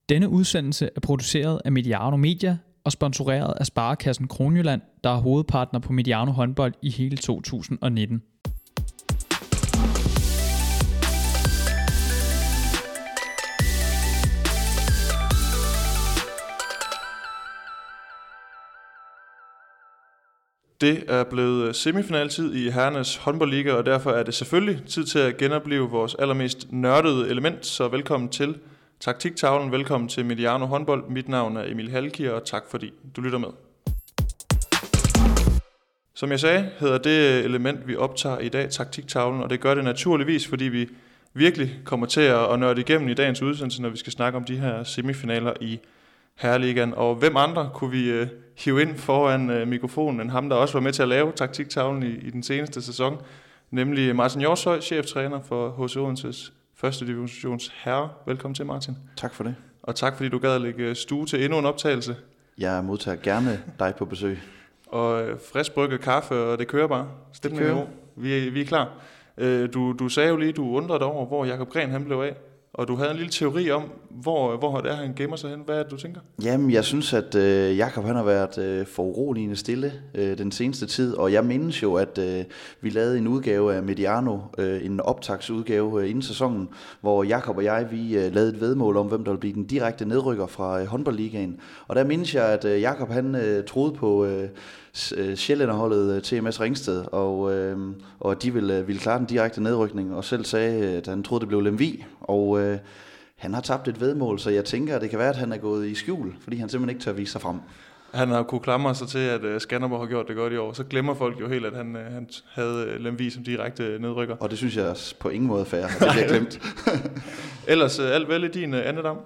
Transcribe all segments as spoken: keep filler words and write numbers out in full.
Denne udsendelse er produceret af Mediano Media og sponsoreret af Sparekassen Kronjylland, der er hovedpartner på Mediano håndbold i hele to tusind og nitten. Det er blevet semifinaltid i herrenes håndboldliga, og derfor er det selvfølgelig tid til at genopleve vores allermest nørdede element. Så velkommen til Taktiktavlen, velkommen til Mediano håndbold. Mit navn er Emil Halkier, og tak fordi du lytter med. Som jeg sagde, hedder det element, vi optager i dag, Taktiktavlen, og det gør det naturligvis, fordi vi virkelig kommer til at nørde igennem i dagens udsendelse, når vi skal snakke om de her semifinaler i Herreligaen. Og hvem andre kunne vi øh, hive ind foran øh, mikrofonen end ham, der også var med til at lave Taktiktavlen i, i den seneste sæson, nemlig Martin Jorshøj, cheftræner for H C Odenses første divisions herre. Velkommen til, Martin. Tak for det. Og tak fordi du gad at lægge stue til endnu en optagelse. Jeg modtager gerne dig på besøg. Og øh, frisk brygget kaffe, og det kører bare. Stemningen er god. Vi, vi er klar. Øh, du, du sagde jo lige, du undrede dig over, hvor Jakob Gren han blev af. Og du havde en lille teori om, hvor, hvor det er, han gemmer sig hen. Hvad er det, du tænker? Jamen, jeg synes, at øh, Jakob han har været øh, for uroligende stille øh, den seneste tid. Og jeg mindes jo, at øh, vi lavede en udgave af Mediano, øh, en optagsudgave øh, inden sæsonen, hvor Jakob og jeg, vi øh, lavede et vedmål om, hvem der ville blive den direkte nedrykker fra øh, håndboldligaen. Og der mindes jeg, at øh, Jakob han øh, troede på øh, Sjællanderholdet T M S Ringsted, og, øh, og de ville, ville klare den direkte nedrykning, og selv sagde, at han troede, det blev Lemvig, og øh, han har tabt et vedmål, så jeg tænker, at det kan være, at han er gået i skjul, fordi han simpelthen ikke tør vise sig frem. Han har kunnet klamre sig til, at uh, Skanderborg har gjort det godt i år, så glemmer folk jo helt, at han, uh, han havde Lemvig som direkte nedrykker. Og det synes jeg på ingen måde er fair, at det bliver glemt. Ellers uh, alt vel i din uh, andedam?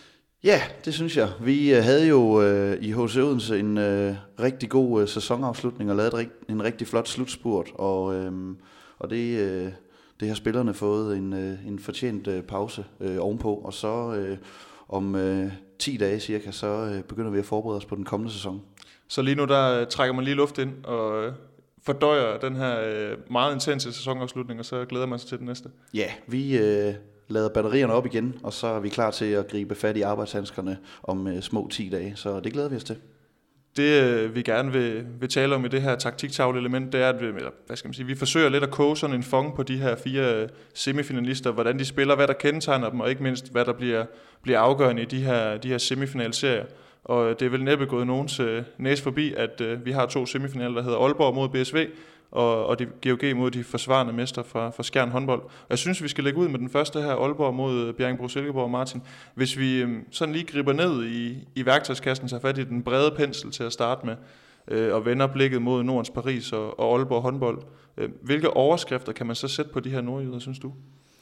Ja, det synes jeg. Vi øh, havde jo øh, i H C Odense en øh, rigtig god øh, sæsonafslutning og lavet et, en rigtig flot slutspurt, og, øh, og det, øh, det har spillerne fået en, øh, en fortjent øh, pause øh, ovenpå, og så øh, om øh, ti dage cirka, så øh, begynder vi at forberede os på den kommende sæson. Så lige nu der øh, trækker man lige luft ind og øh, fordøjer den her øh, meget intense sæsonafslutning, og så glæder man sig til den næste? Ja, vi... Øh, lader batterierne op igen, og så er vi klar til at gribe fat i arbejdshandskerne om øh, små ti dage, så det glæder vi os til. Det øh, vi gerne vil, vil tale om i det her taktiktavle-element, det er, at vi, eller, hvad skal man sige, vi forsøger lidt at koge sådan en fong på de her fire semifinalister, hvordan de spiller, hvad der kendetegner dem, og ikke mindst, hvad der bliver, bliver afgørende i de her, de her semifinalserier. Og det er vel næppe gået nogens øh, næse forbi, at øh, vi har to semifinaler, der hedder Aalborg mod B S V, og, og de G O G mod de forsvarende mester fra, fra Skjern håndbold. Og jeg synes, vi skal lægge ud med den første her, Aalborg mod Bjerringbro-Silkeborg. Martin, hvis vi øh, sådan lige griber ned i, i værktøjskassen, tager fat i den brede pensel til at starte med, øh, og vender blikket mod Nordens Paris og, og Aalborg håndbold. Øh, hvilke overskrifter kan man så sætte på de her nordjyder, synes du?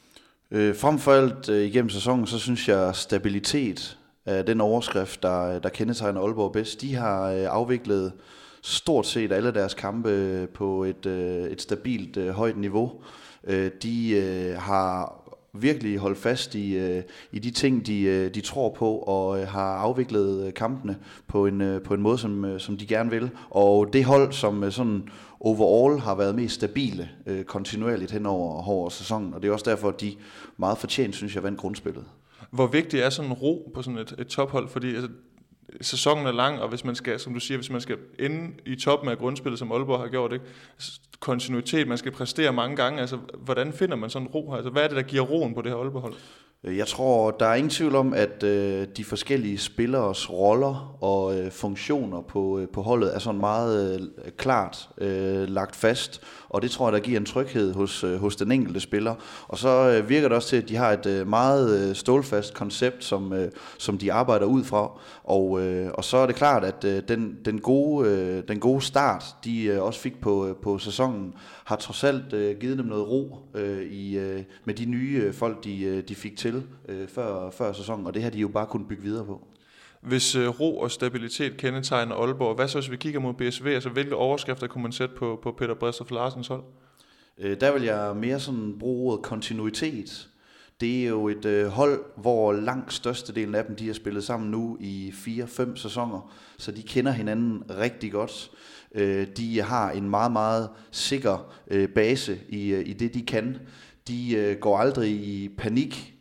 Øh, frem for alt øh, igennem sæsonen, så synes jeg stabilitet er den overskrift, der, der kendetegner Aalborg bedst. De har øh, afviklet stort set alle deres kampe på et, øh, et stabilt øh, højt niveau. Øh, de øh, har virkelig holdt fast i, øh, i de ting, de, øh, de tror på, og øh, har afviklet kampene på en, øh, på en måde, som, øh, som de gerne vil. Og det hold, som øh, sådan overall har været mest stabile øh, kontinuerligt hen over, over sæsonen, og det er også derfor, at de meget fortjent, synes jeg, vandt grundspillet. Hvor vigtigt er sådan en ro på sådan et, et tophold? Fordi altså, sæsonen er lang, og hvis man skal, som du siger, hvis man skal ende i toppen af grundspillet, som Aalborg har gjort, ikke? Kontinuitet, man skal præstere mange gange, altså hvordan finder man sådan ro her? Altså hvad er det, der giver roen på det her Aalborg-hold? Jeg tror, der er ingen tvivl om, at øh, de forskellige spilleres roller og øh, funktioner på, øh, på holdet er sådan meget øh, klart øh, lagt fast, og det tror jeg, der giver en tryghed hos, øh, hos den enkelte spiller. Og så øh, virker det også til, at de har et øh, meget øh, stålfast koncept, som, øh, som de arbejder ud fra, og, øh, og så er det klart, at øh, den, den, gode, øh, den gode start, de øh, også fik på, øh, på sæsonen, har trods alt øh, givet dem noget ro øh, i, øh, med de nye øh, folk, de, øh, de fik til øh, før, før sæsonen, og det har de jo bare kunnet bygge videre på. Hvis øh, ro og stabilitet kendetegner Aalborg, hvad så hvis vi kigger mod B S V, altså hvilke overskrifter kunne man sætte på, på Peter Brædstrup Larsens hold? Øh, der vil jeg mere sådan bruge ordet kontinuitet. Det er jo et øh, hold, hvor langt størstedelen af dem, de har spillet sammen nu i fire fem sæsoner, så de kender hinanden rigtig godt. Øh, de har en meget, meget sikker øh, base i, i det, de kan. De øh, går aldrig i panik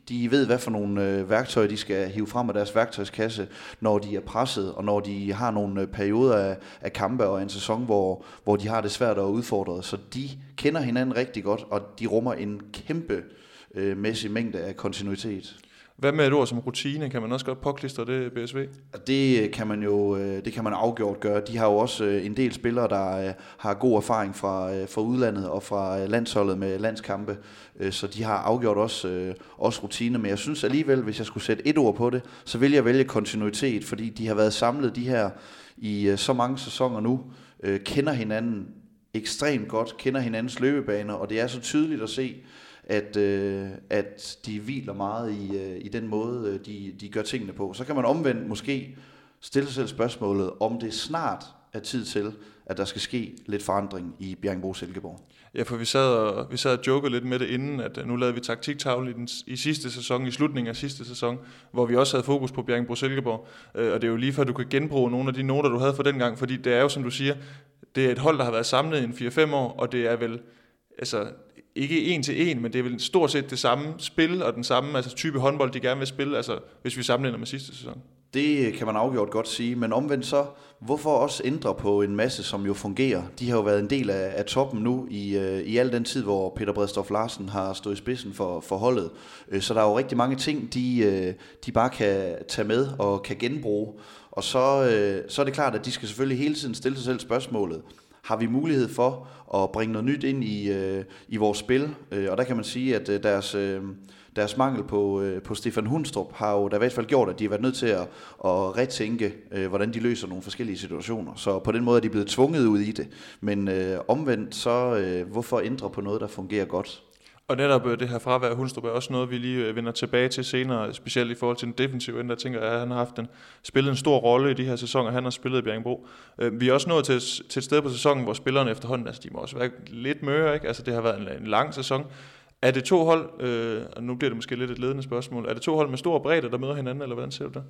de ved, hvad for nogle øh, værktøjer, de skal hive frem af deres værktøjskasse, når de er presset, og når de har nogle øh, perioder af, af kampe og en sæson, hvor, hvor de har det svært og udfordret. Så de kender hinanden rigtig godt, og de rummer en kæmpe øh, mæssig mængde af kontinuitet. Hvad med et ord som rutine? Kan man også godt påklistre det, B S V? Det kan man jo det kan man afgjort gøre. De har jo også en del spillere, der har god erfaring fra, fra udlandet og fra landsholdet med landskampe, så de har afgjort også, også rutine. Men jeg synes alligevel, hvis jeg skulle sætte et ord på det, så vil jeg vælge kontinuitet, fordi de har været samlet de her i så mange sæsoner nu, kender hinanden ekstremt godt, kender hinandens løbebaner, og det er så tydeligt at se, at, øh, at de hviler meget i, øh, i den måde, de, de gør tingene på. Så kan man omvendt måske stille sig selv spørgsmålet, om det snart er tid til, at der skal ske lidt forandring i Bjerringbro-Silkeborg. Ja, for vi sad og, vi sad og jokede lidt med det inden, at nu lavede vi taktiktavle i, den, i sidste sæson, i slutningen af sidste sæson, hvor vi også havde fokus på Bjerringbro-Silkeborg. Øh, og det er jo lige før, du kan genbruge nogle af de noter, du havde for dengang, fordi det er jo, som du siger, det er et hold, der har været samlet i fire fem år, og det er vel, altså ikke en til en, men det er vel stort set det samme spil, og den samme altså, type håndbold, de gerne vil spille, altså hvis vi sammenligner med sidste sæson. Det kan man afgjort godt sige, men omvendt så, hvorfor også ændre på en masse, som jo fungerer? De har jo været en del af, af toppen nu i, øh, i al den tid, hvor Peter Bredstof Larsen har stået i spidsen for, for holdet. Så der er jo rigtig mange ting, de, øh, de bare kan tage med og kan genbruge. Og så, øh, så er det klart, at de skal selvfølgelig hele tiden stille sig selv spørgsmålet. Har vi mulighed for at bringe noget nyt ind i, øh, i vores spil? Øh, og der kan man sige, at øh, deres, øh, deres mangel på, øh, på Stefan Hundstrup har jo da i hvert fald gjort, at de har været nødt til at, at retænke, øh, hvordan de løser nogle forskellige situationer. Så på den måde er de blevet tvunget ud i det. Men øh, omvendt, så øh, hvorfor ændre på noget, der fungerer godt? Og netop det her fravær af Hundstrup er også noget, vi lige vender tilbage til senere, specielt i forhold til den defensive ende. Der tænker jeg, at han har haft en, spillet en stor rolle i de her sæsoner, han har spillet i Bjerringbro. Vi er også nået til, til et sted på sæsonen, hvor spillerne efterhånden, altså de må også være lidt møre, ikke? Altså det har været en, en lang sæson. Er det to hold, øh, og nu bliver det måske lidt et ledende spørgsmål, er det to hold med stor bredde, der møder hinanden, eller hvordan ser du det?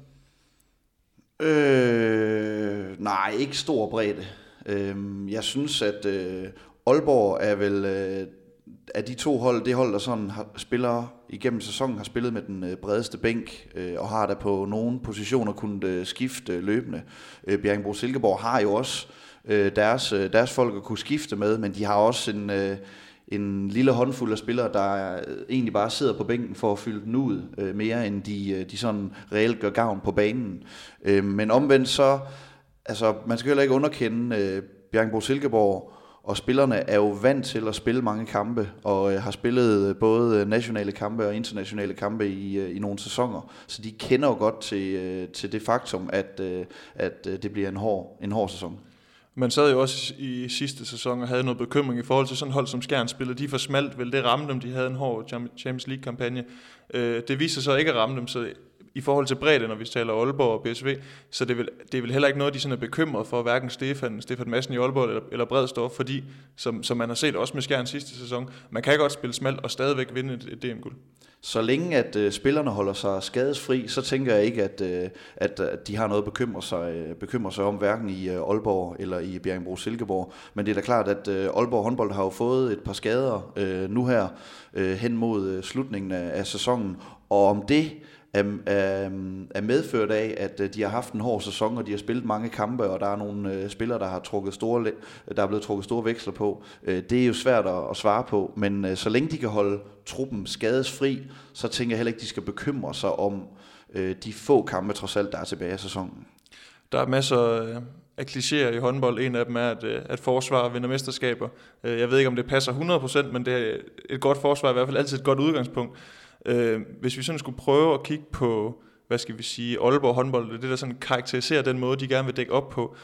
Øh, nej, ikke stor bredde. Øh, jeg synes, at øh, Aalborg er vel... Øh, af de to hold, det hold, der sådan har, spiller igennem sæsonen, har spillet med den øh, bredeste bænk, øh, og har der på nogle positioner kunnet øh, skifte øh, løbende. Øh, Bjerringbro-Silkeborg har jo også øh, deres, øh, deres folk at kunne skifte med, men de har også en, øh, en lille håndfuld af spillere, der øh, egentlig bare sidder på bænken for at fylde den ud, øh, mere end de, øh, de sådan reelt gør gavn på banen. Øh, men omvendt så, altså man skal heller ikke underkende øh, Bjerringbro-Silkeborg, og spillerne er jo vant til at spille mange kampe, og øh, har spillet både nationale kampe og internationale kampe i, øh, i nogle sæsoner. Så de kender jo godt til, øh, til det faktum, at, øh, at øh, det bliver en hård, en hård sæson. Man sad jo også i sidste sæson og havde noget bekymring i forhold til sådan hold som Skjern spillede. De for smalt, vel det ramte dem, de havde en hård Champions League-kampagne. Øh, det viste sig så ikke at ramme dem, så i forhold til bredde, når vi taler Aalborg og B S V, så det er vel, det er vel heller ikke noget, de sådan er bekymret for, hverken Stefan, Stefan Madsen i Aalborg eller, eller Bredstorff, fordi, som, som man har set også med Skjern sidste sæson, man kan godt spille smalt og stadigvæk vinde et, et D M-guld. Så længe at øh, spillerne holder sig skadesfri, så tænker jeg ikke, at, øh, at, at de har noget at bekymre sig, bekymre sig om, hverken i øh, Aalborg eller i Bjerringbro-Silkeborg. Men det er da klart, at øh, Aalborg håndbold har jo fået et par skader øh, nu her øh, hen mod øh, slutningen af, af sæsonen, og om det er, er, er medført af, at de har haft en hård sæson, og de har spillet mange kampe, og der er nogle øh, spillere, der har trukket store, der er blevet trukket store veksler på. Øh, det er jo svært at, at svare på, men øh, så længe de kan holde truppen skadesfri, så tænker jeg heller ikke, de skal bekymre sig om øh, de få kampe, trods alt, der er tilbage i sæsonen. Der er masser af klichéer i håndbold. En af dem er, at, at forsvar vinder mesterskaber. Jeg ved ikke, om det passer hundrede procent, men det er et godt forsvar, i hvert fald altid et godt udgangspunkt. Hvis vi sådan skulle prøve at kigge på, hvad skal vi sige, Aalborg håndbold, det der sådan karakteriserer den måde, de gerne vil dække op på.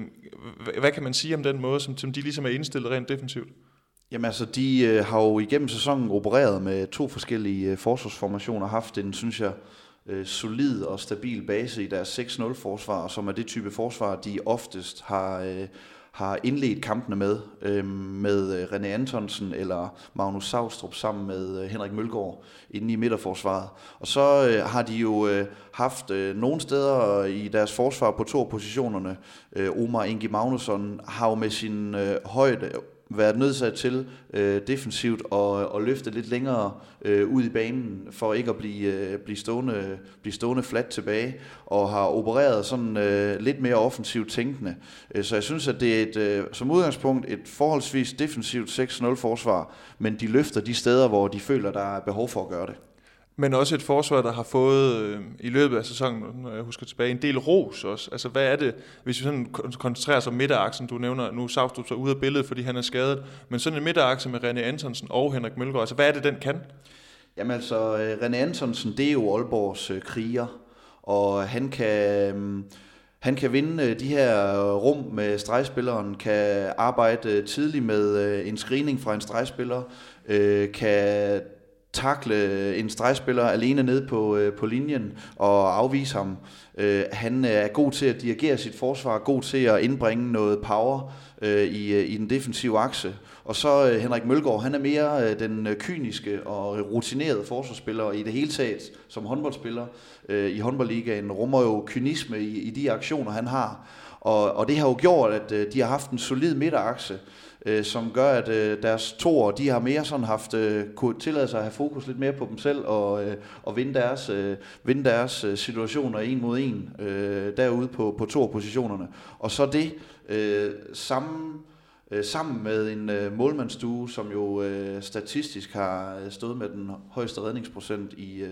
Hvad kan man sige om den måde, som, som de ligesom er indstillet rent defensivt? Jamen altså, de øh, har jo igennem sæsonen opereret med to forskellige øh, forsvarsformationer, haft en, synes jeg, øh, solid og stabil base i deres seks nul forsvar, som er det type forsvar, de oftest har, øh, har indledt kampene med, øh, med René Antonsen eller Magnus Saustrup sammen med øh, Henrik Mølgaard inde i midterforsvaret. Og så øh, har de jo øh, haft øh, nogle steder i deres forsvar på to positionerne. Øh, Omar Ingi Magnusson har jo med sin øh, højde været nødt til øh, defensivt og, og løfte lidt længere øh, ud i banen, for ikke at blive, øh, blive, stående, blive stående fladt tilbage, og har opereret sådan øh, lidt mere offensivt tænkende. Så jeg synes, at det er et, øh, som udgangspunkt et forholdsvis defensivt seks nul forsvar, men de løfter de steder, hvor de føler, der er behov for at gøre det. Men også et forsvar, der har fået øh, i løbet af sæsonen, når jeg husker tilbage, en del ros også. Altså hvad er det, hvis vi sådan koncentrerer os om midteraksen, du nævner, nu Saustrup så ude af billedet, fordi han er skadet, men sådan en midterakse med René Antonsen og Henrik Mølgaard, altså hvad er det, den kan? Jamen altså, René Antonsen, det er jo Aalborgs øh, kriger, og han kan... Øh, Han kan vinde de her rum med stregspilleren, kan arbejde tidligt med en screening fra en stregspiller, kan takle en stregspiller alene ned på, på linjen og afvise ham. Han er god til at dirigere sit forsvar, god til at indbringe noget power i, i den defensive akse. Og så Henrik Mølgaard, han er mere den kyniske og rutinerede forsvarsspiller i det hele taget som håndboldspiller i håndboldligaen, rummer jo kynisme i, i de aktioner, han har. Og, og det har jo gjort, at de har haft en solid midterakse, som gør, at deres toer, de har mere sådan haft, kunne tillade sig at have fokus lidt mere på dem selv og, og vinde deres, vinde deres situationer en mod en derude på, på toerpositionerne. Og så det sammen, sammen med en målmandsstue, som jo statistisk har stået med den højeste redningsprocent i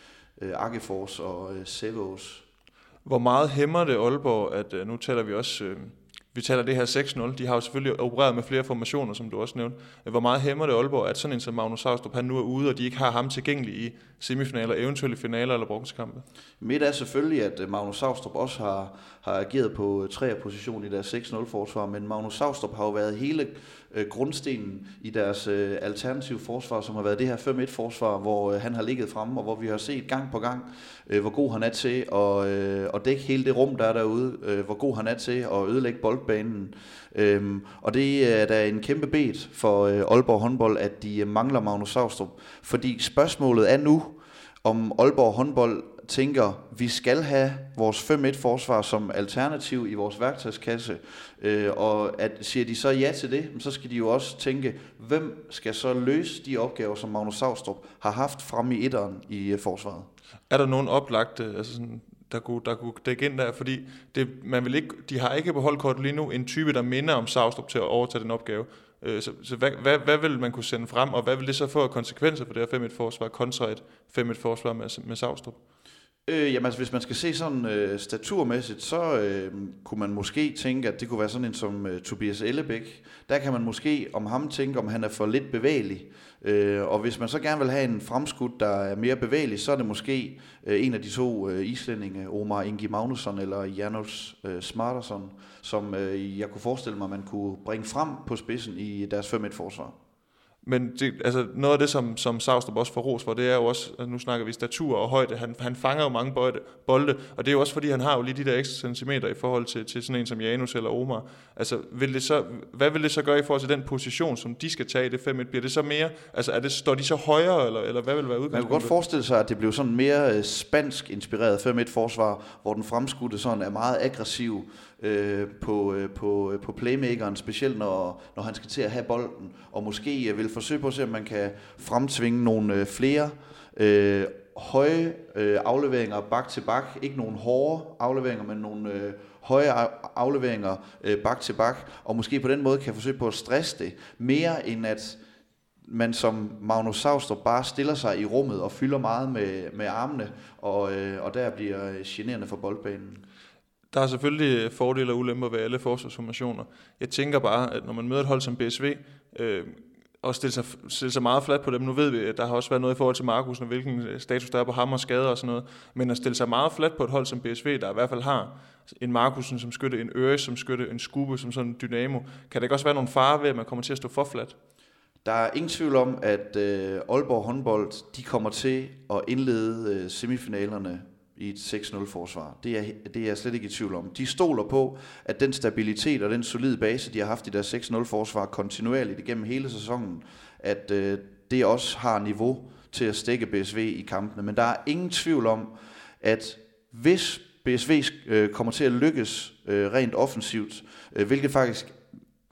Aggeforce og Sevås. Hvor meget hæmmer det Aalborg, at nu taler vi også, øh, vi taler det her seks nul, de har jo selvfølgelig opereret med flere formationer, som du også nævnte. Hvor meget hæmmer det Aalborg, at sådan en som Magnus Saustrup, han nu er ude, og de ikke har ham tilgængelig i semifinaler, eventuelle finaler eller bronzekampe? Midt er selvfølgelig, at Magnus Saustrup også har, har ageret på træerposition i deres seks nul forsvar, men Magnus Saustrup har jo været hele øh, grundstenen i deres øh, alternative forsvar, som har været det her fem et forsvar, hvor øh, han har ligget fremme, og hvor vi har set gang på gang, øh, hvor god han er til at, øh, at dække hele det rum, der er derude, øh, hvor god han er til at ødelægge boldbanen. Øhm, og det er da en kæmpe bet for øh, Aalborg håndbold, at de øh, mangler Magnus Saustrup, fordi spørgsmålet er nu, om Aalborg håndbold tænker, vi skal have vores fem et forsvar som alternativ i vores værktøjskasse, øh, og at, siger de så ja til det, så skal de jo også tænke, hvem skal så løse de opgaver, som Magnus Saustrup har haft fremme i etteren i øh, forsvaret. Er der nogen oplagte, altså sådan, der kunne, der kunne dække ind der, fordi det, man vil ikke, de har ikke på holdkortet lige nu en type, der minder om Saustrup til at overtage den opgave. Så, så hvad, hvad, hvad vil man kunne sende frem, og hvad vil det så få konsekvenser for det her fem et forsvar kontra et fem et forsvar med, med Saustrup? Øh, jamen altså, hvis man skal se sådan øh, staturmæssigt, så øh, kunne man måske tænke, at det kunne være sådan en som øh, Tobias Ellebæk. Der kan man måske om ham tænke, om han er for lidt bevægelig. Øh, og hvis man så gerne vil have en fremskud, der er mere bevægelig, så er det måske øh, en af de to øh, islændinge, Omar Ingi Magnusson eller Janus øh, Smarterson, som øh, jeg kunne forestille mig, man kunne bringe frem på spidsen i deres fem et forsvar. Men det, altså noget af det, som, som Saustrup også får ros for, det er jo også, altså nu snakker vi statur og højde, han, han fanger jo mange bolde, bolde, og det er jo også fordi, han har jo lige de der ekstra centimeter i forhold til, til sådan en som Janus eller Omar. Altså, vil det så, hvad vil det så gøre i forhold til den position, som de skal tage i det fem et? Bliver det så mere, altså er det, står de så højere, eller, eller hvad vil være udgangspunktet? Man kan godt forestille sig, at det blev sådan mere spansk inspireret fem et forsvar, hvor den fremskudte sådan er meget aggressiv, Øh, på, øh, på, øh, på playmakeren, specielt når, når han skal til at have bolden, og måske øh, vil forsøge på at se, om man kan fremtvinge nogle øh, flere øh, høje øh, afleveringer bak til bak, ikke nogle hårde afleveringer, men nogle øh, høje afleveringer øh, bak til bak, og måske på den måde kan forsøge på at stresse det, mere end at man som Magnus Saustrup bare stiller sig i rummet og fylder meget med, med armene, og, øh, og der bliver generende for boldbanen. Der er selvfølgelig fordele og ulemper ved alle forsvarsformationer. Jeg tænker bare, at når man møder et hold som B S V, øh, og stiller sig, stiller sig meget fladt på dem, nu ved vi, at der har også været noget i forhold til Markusen, og hvilken status der er på ham og skader og sådan noget, men at stille sig meget fladt på et hold som B S V, der i hvert fald har en Markusen som skytte, en Øres som skytte, en Skubbe som sådan en Dynamo, kan der ikke også være nogle farer ved, at man kommer til at stå for fladt? Der er ingen tvivl om, at øh, Aalborg håndbold, de kommer til at indlede øh, semifinalerne i et seks nul forsvar. Det er, det er jeg slet ikke i tvivl om. De stoler på, at den stabilitet og den solide base, de har haft i deres seks nul forsvar kontinuerligt igennem hele sæsonen, at øh, det også har niveau til at stikke B S V i kampene. Men der er ingen tvivl om, at hvis B S V øh, kommer til at lykkes øh, rent offensivt, øh, hvilket faktisk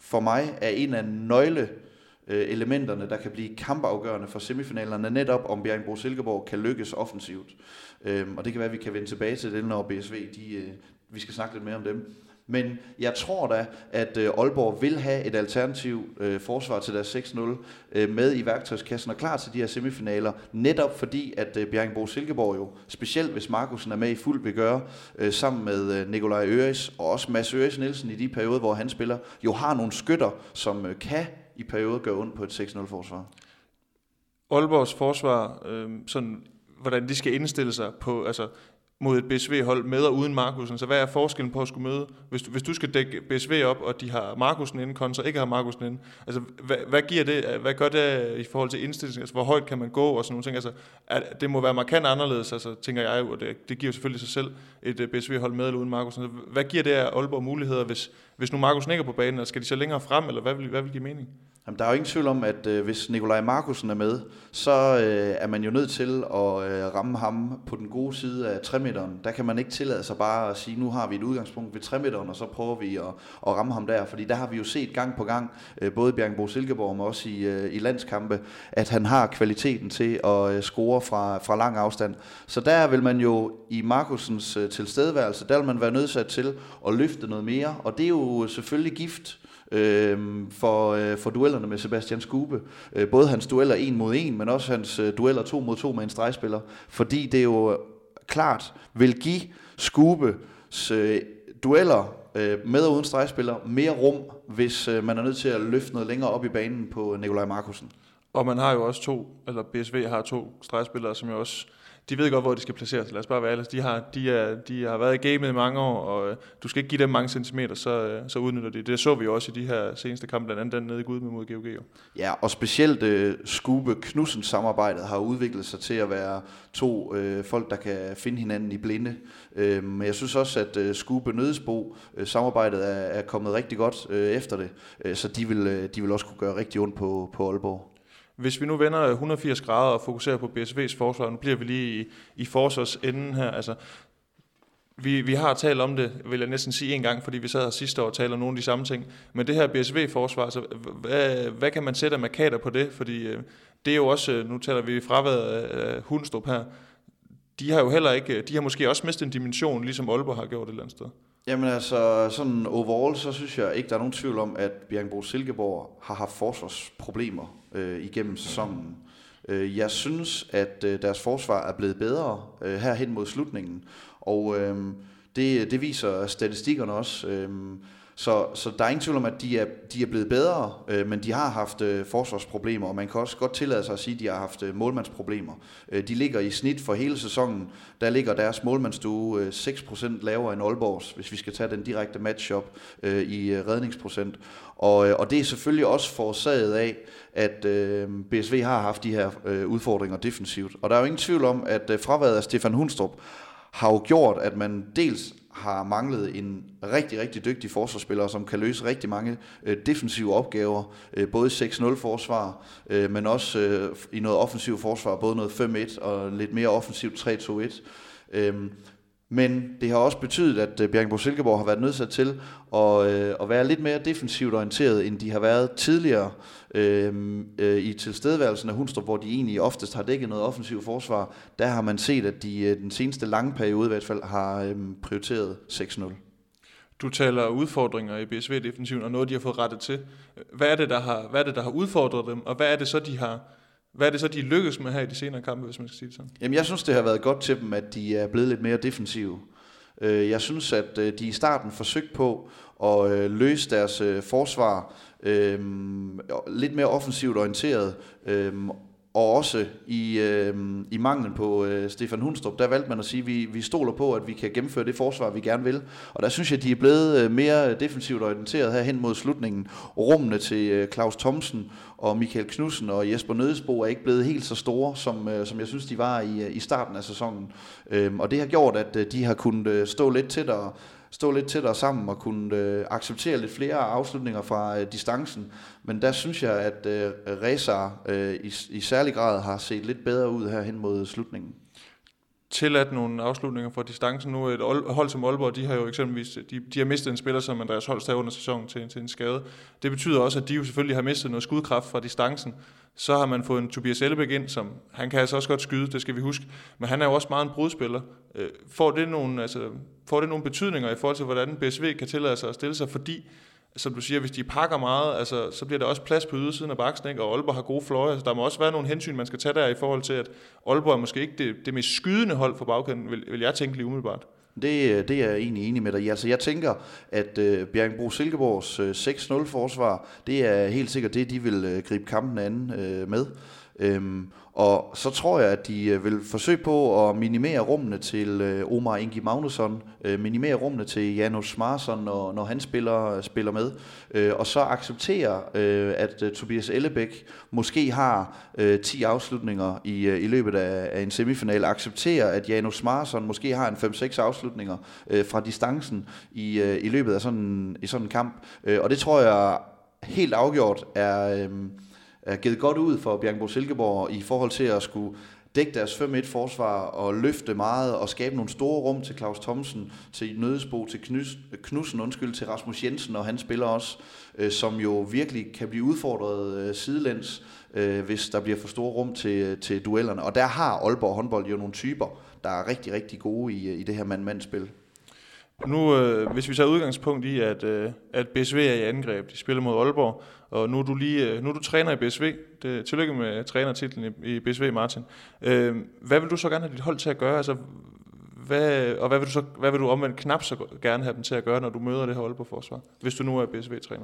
for mig er en af nøgle elementerne, der kan blive kampafgørende for semifinalerne, netop om Bjerringbro-Silkeborg kan lykkes offensivt. Øhm, og det kan være, at vi kan vende tilbage til det, når B S V, de, øh, vi skal snakke lidt mere om dem. Men jeg tror da, at øh, Aalborg vil have et alternativ øh, forsvar til deres seks nul øh, med i værktøjskassen og klar til de her semifinaler, netop fordi, at øh, Bjerringbro-Silkeborg jo, specielt hvis Markusen er med i fuld, vil gøre, øh, sammen med øh, Nikolaj Øres og også Mads Øres Nielsen i de perioder, hvor han spiller, jo har nogle skytter, som øh, kan i perioder gøre ondt på et seks nul forsvar. Aalborgs forsvar, øh, sådan, hvordan de skal indstille sig på, altså mod et B S V-hold med og uden Markusen. Så hvad er forskellen på at skulle møde, hvis du, hvis du skal dække B S V op, og de har Markusen inde, kontra ikke har Markusen inde? Altså, hvad, hvad giver det, hvad gør det i forhold til indstilling? Altså, hvor højt kan man gå og sådan nogle ting? Altså, at det må være markant anderledes, altså, tænker jeg jo, og det, det giver selvfølgelig sig selv et B S V-hold med eller uden Markusen. Så hvad giver det af Aalborg muligheder, hvis, hvis nu Markusen ikke er på banen, eller skal de så længere frem, eller hvad vil, hvad vil give mening? Jamen, der er jo ingen tvivl om, at øh, hvis Nikolaj Markusen er med, så øh, er man jo nødt til at øh, ramme ham på den gode side af tre meteren. Der kan man ikke tillade sig bare at sige, nu har vi et udgangspunkt ved tre meteren, og så prøver vi at, at ramme ham der. Fordi der har vi jo set gang på gang, øh, både Bjerringbro-Silkeborg, men også i, øh, i landskampe, at han har kvaliteten til at øh, score fra, fra lang afstand. Så der vil man jo i Markusens øh, tilstedeværelse, der vil man være nødsat til at løfte noget mere, og det er jo selvfølgelig gift Øhm, for, øh, for duellerne med Sebastian Skube. Øh, både hans dueller en mod en, men også hans øh, dueller to mod to med en stregspiller. Fordi det jo klart vil give Skubes øh, dueller øh, med og uden stregspiller mere rum, hvis øh, man er nødt til at løfte noget længere op i banen på Nikolaj Markusen. Og man har jo også to, eller B S V har to stregspillere, som jo også, de ved godt, hvor de skal placeres. Lad os bare være ærlige. De har, de, er, de har været i gamet i mange år, og øh, du skal ikke give dem mange centimeter, så, øh, så udnytter de. Det så vi jo også i de her seneste kampe, blandt andet den nede i Gudme mod G O G. Jo. Ja, og specielt øh, Skube-Knudsen samarbejdet har udviklet sig til at være to øh, folk, der kan finde hinanden i blinde. Øh, men jeg synes også, at øh, Skube-Nødesbo øh, samarbejdet er, er kommet rigtig godt øh, efter det, øh, så de vil, øh, de vil også kunne gøre rigtig ondt på, på Aalborg. Hvis vi nu vender et hundrede og firs grader og fokuserer på B S V's forsvar, nu bliver vi lige i, i forsvarsenden her, altså vi, vi har talt om det, vil jeg næsten sige en gang, fordi vi sad her sidste år og talte om nogle af de samme ting, men det her B S V-forsvar, altså, hvad, hvad kan man sætte af markader på det, fordi øh, det er jo også, nu taler vi fraværet af Hundstrup her, de har jo heller ikke, de har måske også mistet en dimension, ligesom Aalborg har gjort et eller andet sted. Jamen altså, sådan overall, så synes jeg ikke, der er nogen tvivl om, at Bjerringbro-Silkeborg har haft forsvarsproblemer øh, igennem sæsonen. Øh, jeg synes, at øh, deres forsvar er blevet bedre øh, her hen mod slutningen, og øh, det, det viser statistikkerne også. Øh, Så, så der er ingen tvivl om, at de er, de er blevet bedre, øh, men de har haft øh, forsvarsproblemer, og man kan også godt tillade sig at sige, at de har haft øh, målmandsproblemer. Øh, de ligger i snit for hele sæsonen, der ligger deres målmandsstue øh, seks procent lavere end Aalborgs, hvis vi skal tage den direkte matchup øh, i øh, redningsprocent. Og, øh, og det er selvfølgelig også forårsaget af, at øh, B S V har haft de her øh, udfordringer defensivt. Og der er jo ingen tvivl om, at øh, fraværet af Stefan Hundstrup har jo gjort, at man dels har manglet en rigtig, rigtig dygtig forsvarsspiller, som kan løse rigtig mange øh, defensive opgaver, øh, både seks nul forsvar, øh, men også øh, i noget offensivt forsvar, både noget fem et og lidt mere offensivt tre to et. Øh, men det har også betydet, at øh, Bjerringbro-Silkeborg har været nødsat til at, øh, at være lidt mere defensivt orienteret, end de har været tidligere øh, øh, i tilstedeværelsen af Hundstrup, hvor de egentlig oftest har dækket noget offensivt forsvar. Der har man set, at de øh, den seneste lange periode i hvert fald har øh, prioriteret seks nul. Du taler udfordringer i B S V-defensiven, og noget, de har fået rettet til. Hvad er det, der har, hvad er det, der har udfordret dem, og hvad er det så, de har... Hvad er det så, de lykkes med her i de senere kampe, hvis man skal sige det sådan? Jamen, jeg synes, det har været godt til dem, at de er blevet lidt mere defensive. Jeg synes, at de i starten forsøgte på at løse deres forsvar lidt mere offensivt orienteret, og også i, øh, i manglen på øh, Stefan Hundstrup, der valgte man at sige, at vi, vi stoler på, at vi kan gennemføre det forsvar, vi gerne vil. Og der synes jeg, at de er blevet øh, mere defensivt orienteret her hen mod slutningen. Rummene til øh, Claus Thomsen og Michael Knudsen og Jesper Nødesbo er ikke blevet helt så store, som, øh, som jeg synes, de var i, i starten af sæsonen. Øh, og det har gjort, at øh, de har kunnet øh, stå lidt tættere stå lidt tættere sammen og kunne øh, acceptere lidt flere afslutninger fra øh, distancen. Men der synes jeg, at øh, Reza øh, i, i særlig grad har set lidt bedre ud her hen mod slutningen. tilladt nogle afslutninger fra distancen. Nu et hold som Aalborg, de har jo eksempelvis de, de har mistet en spiller som Andreas Holst her under sæsonen til, til en skade. Det betyder også, at de jo selvfølgelig har mistet noget skudkraft fra distancen. Så har man fået en Tobias Ellebæk ind, som han kan altså også godt skyde, det skal vi huske. Men han er jo også meget en brudspiller. Får det nogle, altså, får det nogle betydninger i forhold til, hvordan B S V kan tillade sig at stille sig, fordi som du siger, hvis de pakker meget, altså, så bliver der også plads på ydersiden af baksen, ikke? Og Aalborg har gode fløje. Altså, der må også være nogle hensyn, man skal tage der i forhold til, at Aalborg er måske ikke det, det mest skydende hold for bagkanten, vil, vil jeg tænke lige umiddelbart. Det, det er jeg egentlig enig med dig. Altså, jeg tænker, at uh, Bjerringbro-Silkeborgs uh, seks nul forsvar, det er helt sikkert det, de vil uh, gribe kampen an uh, med. Øhm, og så tror jeg, at de øh, vil forsøge på at minimere rummene til øh, Omar Ingi Magnusson, øh, minimere rummene til Janus Marsson, når, når han spiller, spiller med, øh, og så acceptere, øh, at øh, Tobias Ellebæk måske har øh, ti afslutninger i, øh, i løbet af, af en semifinal, acceptere, at Janus Marsson måske har en fem seks afslutninger øh, fra distancen i, øh, i løbet af sådan, i sådan en kamp, øh, og det tror jeg helt afgjort er... Øh, er givet godt ud for Bjerringbro-Silkeborg i forhold til at skulle dække deres fem et forsvar og løfte meget og skabe nogle store rum til Claus Thomsen, til Nødesbo, til Knudsen, undskyld, til Rasmus Jensen, og han spiller også, øh, som jo virkelig kan blive udfordret øh, sidelæns, øh, hvis der bliver for store rum til, til duellerne. Og der har Aalborg håndbold jo nogle typer, der er rigtig, rigtig gode i, i det her mand-mand-spil. Nu, øh, hvis vi tager udgangspunkt i, at, øh, at B S V er i angreb, de spiller mod Aalborg, og nu er du lige, øh, nu er du træner i B S V. Det, tillykke med trænertitlen i, i B S V, Martin. Øh, hvad vil du så gerne have dit hold til at gøre? Altså, hvad, og hvad vil du så, hvad vil du omvendt knap så gerne have dem til at gøre, når du møder det her Aalborg-forsvar, hvis du nu er B S V-træner?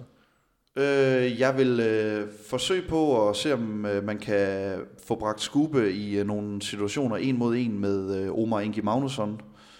Øh, jeg vil øh, forsøge på at se, om øh, man kan få bragt Skube i øh, nogle situationer en mod en med øh, Omar Ingi Magnusson.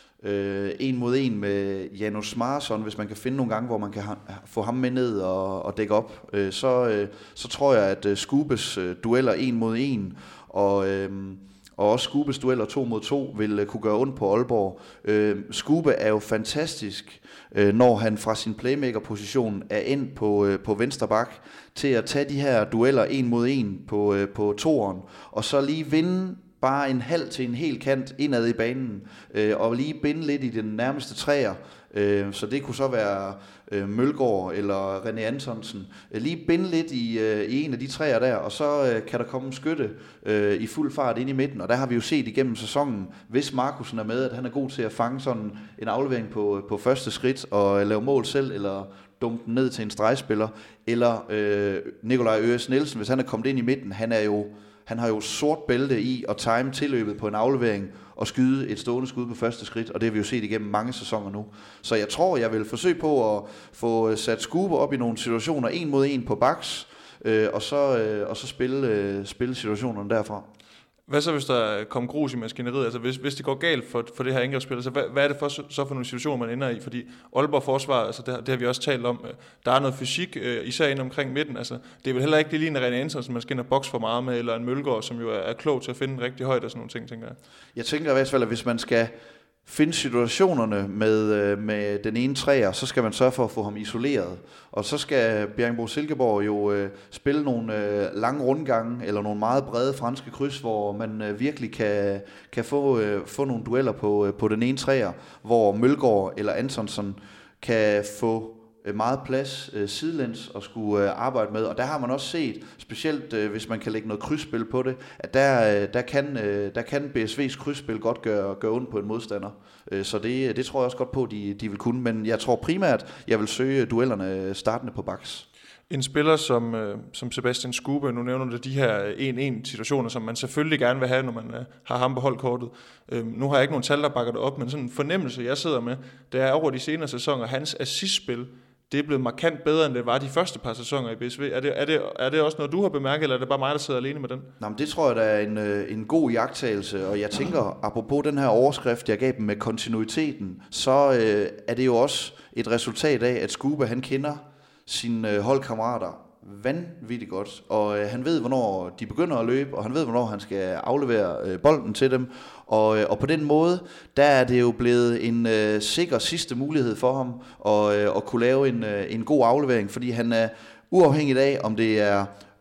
Øh, en mod en med Janus Marsson, hvis man kan finde nogle gange, hvor man kan ha- få ham med ned og, og dække op, øh, så, øh, så tror jeg, at øh, Skubes øh, dueller en mod en, og, øh, og også Skubes dueller to mod to, vil øh, kunne gøre ondt på Aalborg. Øh, Skube er jo fantastisk, øh, når han fra sin playmaker-position er ind på, øh, på venstre bak, til at tage de her dueller en mod en på, øh, på toeren, og så lige vinde bare en halv til en hel kant indad i banen, øh, og lige binde lidt i den nærmeste træer. Øh, så det kunne så være øh, Mølgaard eller René Antonsen. Øh, lige binde lidt i, øh, i en af de træer der, og så øh, kan der komme en skytte øh, i fuld fart ind i midten. Og der har vi jo set igennem sæsonen, hvis Markusen er med, at han er god til at fange sådan en aflevering på, på første skridt og lave mål selv, eller dumpe den ned til en stregspiller. Eller øh, Nikolaj Øres Nielsen, hvis han er kommet ind i midten, han er jo Han har jo sort bælte i at time tilløbet på en aflevering og skyde et stående skud på første skridt, og det har vi jo set igennem mange sæsoner nu. Så jeg tror, jeg vil forsøge på at få sat Skube op i nogle situationer, en mod en på baks, øh, og så, øh, og så spille, øh, spille situationerne derfra. Hvad så, hvis der kommer grus i maskineriet? Altså, hvis, hvis det går galt for, for det her angrebsspil, altså, hvad, hvad er det for, så for nogle situationer, man ender i? Fordi Aalborg forsvar, altså, det, det har vi også talt om, der er noget fysik, øh, især inde omkring midten. Altså, det er vel heller ikke det lige en René Antonsen, man skal ind og bokse for meget med, eller en Mølgaard, som jo er, er klog til at finde rigtig højt og sådan nogle ting, tænker jeg. Jeg tænker i hvert fald, at hvis man skal finde situationerne med, med den ene træer, så skal man sørge for at få ham isoleret. Og så skal Bjerringbro-Silkeborg jo øh, spille nogle øh, lange rundgange, eller nogle meget brede franske kryds, hvor man øh, virkelig kan, kan få, øh, få nogle dueller på, øh, på den ene træer, hvor Mølgaard eller Antonsen kan få meget plads øh, sidelæns og skulle øh, arbejde med, og der har man også set, specielt øh, hvis man kan lægge noget krydsspil på det, at der, øh, der, kan, øh, der kan B S V's krydsspil godt gøre, gøre ondt på en modstander. Øh, så det, det tror jeg også godt på, de, de vil kunne, men jeg tror primært, jeg vil søge duellerne startende på baks. En spiller som, øh, som Sebastian Skube, nu nævner du de her en-en situationer, som man selvfølgelig gerne vil have, når man øh, har ham på holdkortet. Øh, nu har jeg ikke nogen tal, der bakker det op, men sådan en fornemmelse, jeg sidder med, det er over de senere sæsoner, hans assistspil, det er blevet markant bedre, end det var de første par sæsoner i B S V. Er det, er det, er det også noget, du har bemærket, eller er det bare mig, der sidder alene med den? Nå, men det tror jeg, der er en, en god iagttagelse, og jeg tænker, apropos den her overskrift, jeg gav dem med kontinuiteten, så øh, er det jo også et resultat af, at Skube, han kender sine holdkammerater vanvittigt godt, og øh, han ved, hvornår de begynder at løbe, og han ved, hvornår han skal aflevere øh, bolden til dem, og, øh, og på den måde, der er det jo blevet en øh, sikker sidste mulighed for ham at, øh, at kunne lave en, øh, en god aflevering, fordi han er uafhængigt af, om det er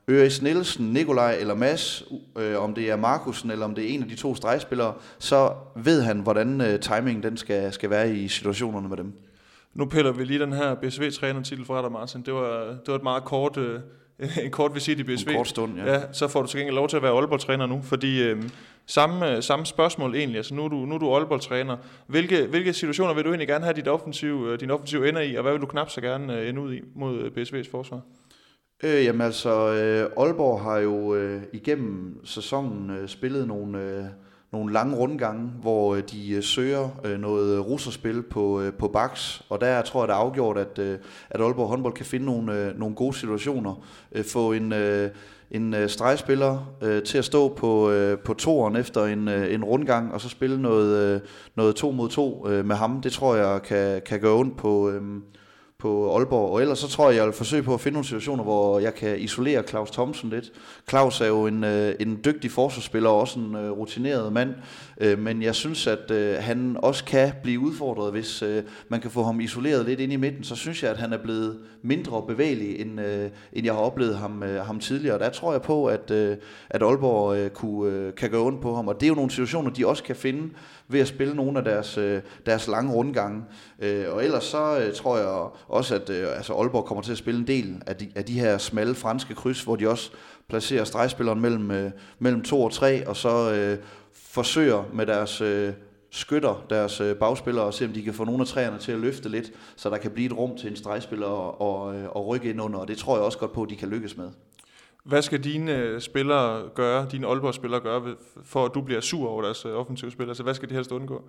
Øris Nielsen, Nikolaj eller Mads, øh, om det er Markusen eller om det er en af de to stregspillere, så ved han, hvordan øh, timingen den skal, skal være i situationerne med dem. Nu piller vi lige den her B S V-trænertitel fra dig, Martin. Det var, det var et meget kort, øh, en kort visit i B S V. En kort stund, ja. Ja, så får du til gengæld lov til at være Aalborg-træner nu, fordi øh, samme, samme spørgsmål egentlig. Altså nu er du, nu er du Aalborg-træner. Hvilke, hvilke situationer vil du egentlig gerne have dit offensiv, din offensiv ender i, og hvad vil du knap så gerne øh, ende ud i mod B S V's forsvar? Øh, jamen altså, øh, Aalborg har jo øh, igennem sæsonen øh, spillet nogle, øh, nogle lange rundgange, hvor øh, de øh, søger øh, noget russerspil på, øh, på baks, og der tror jeg, det er afgjort, at, øh, at Aalborg håndbold kan finde nogle, øh, nogle gode situationer. Øh, få en, øh, en øh, stregspiller øh, til at stå på, øh, på toeren efter en, øh, en rundgang, og så spille noget, øh, noget to mod to øh, med ham. Det tror jeg kan, kan gøre ondt på... Øh, på Aalborg, og ellers så tror jeg, jeg vil forsøge på at finde nogle situationer, hvor jeg kan isolere Claus Thomsen lidt. Claus er jo en, en dygtig forsvarsspiller, og også en rutineret mand, men jeg synes, at han også kan blive udfordret, hvis man kan få ham isoleret lidt ind i midten, så synes jeg, at han er blevet mindre bevægelig, end, end jeg har oplevet ham, ham tidligere. Der tror jeg på, at, at Aalborg kunne, kan gøre ondt på ham, og det er jo nogle situationer, de også kan finde ved at spille nogle af deres, deres lange rundgange. Og ellers så tror jeg også, at altså Aalborg kommer til at spille en del af de, af de her smalle franske kryds, hvor de også placerer stregspilleren mellem, mellem to og tre, og så øh, forsøger med deres øh, skytter, deres øh, bagspillere, og se om de kan få nogle af træerne til at løfte lidt, så der kan blive et rum til en stregspiller og, og, og rykke ind under, og det tror jeg også godt på, at de kan lykkes med. Hvad skal dine spillere gøre, dine Aalborg-spillere gøre, for at du bliver sur over deres offensive spillere? Så hvad skal de helst undgå?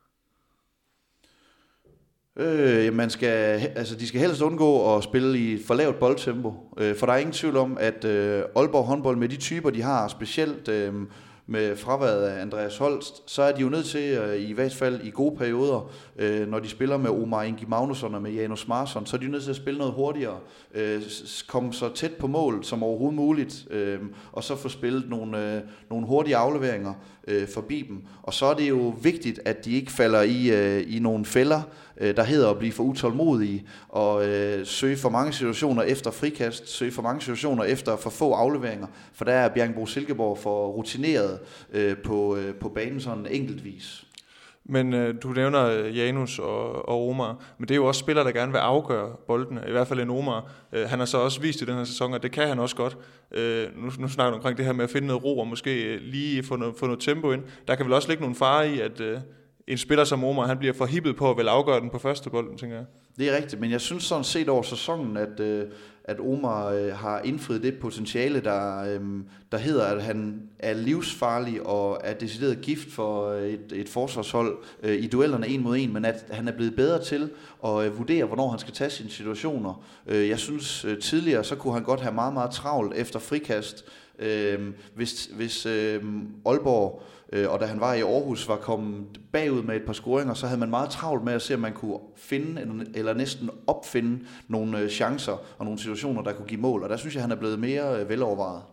Øh, man skal, altså de skal helst undgå at spille i for lavt boldtempo, øh, for der er ingen tvivl om, at øh, Aalborg håndbold med de typer, de har, specielt øh, med fraværet af Andreas Holst, så er de jo nødt til, øh, i hvert fald i gode perioder, øh, når de spiller med Omar Ingi Magnusson og med Janus Marsson, så er de nødt til at spille noget hurtigere, øh, komme så tæt på mål som overhovedet muligt, øh, og så få spillet nogle, øh, nogle hurtige afleveringer øh, forbi dem. Og så er det jo vigtigt, at de ikke falder i, øh, i nogle fælder, øh, der hedder at blive for utålmodige, og øh, søge for mange situationer efter frikast, søge for mange situationer efter for få afleveringer, for der er Bjerringbro Silkeborg for rutineret øh, på, øh, på banen sådan enkeltvis. Men øh, du nævner Janus og, og Omar, men det er jo også spillere, der gerne vil afgøre boldene, i hvert fald en Omar. Øh, han har så også vist i den her sæson, at det kan han også godt. Øh, nu, nu snakker du omkring det her med at finde noget ro, og måske lige få noget, få noget tempo ind. Der kan vel også ligge nogle farer i, at øh, en spiller som Omar, han bliver for hippet på at vel afgøre den på første bolden, tænker jeg. Det er rigtigt, men jeg synes sådan set over sæsonen, at, øh, at Omar øh, har indfriet det potentiale, der, øh, der hedder, at han er livsfarlig og er decideret gift for et, et forsvarshold øh, i duellerne en mod en, men at han er blevet bedre til at øh, vurdere, hvornår han skal tage sine situationer. Øh, jeg synes øh, tidligere, så kunne han godt have meget, meget travlt efter frikast, øh, hvis, hvis øh, Aalborg, og da han var i Aarhus, var kommet bagud med et par scoringer, så havde man meget travlt med at se, om man kunne finde, eller næsten opfinde nogle chancer og nogle situationer, der kunne give mål. Og der synes jeg, han er blevet mere velovervejet.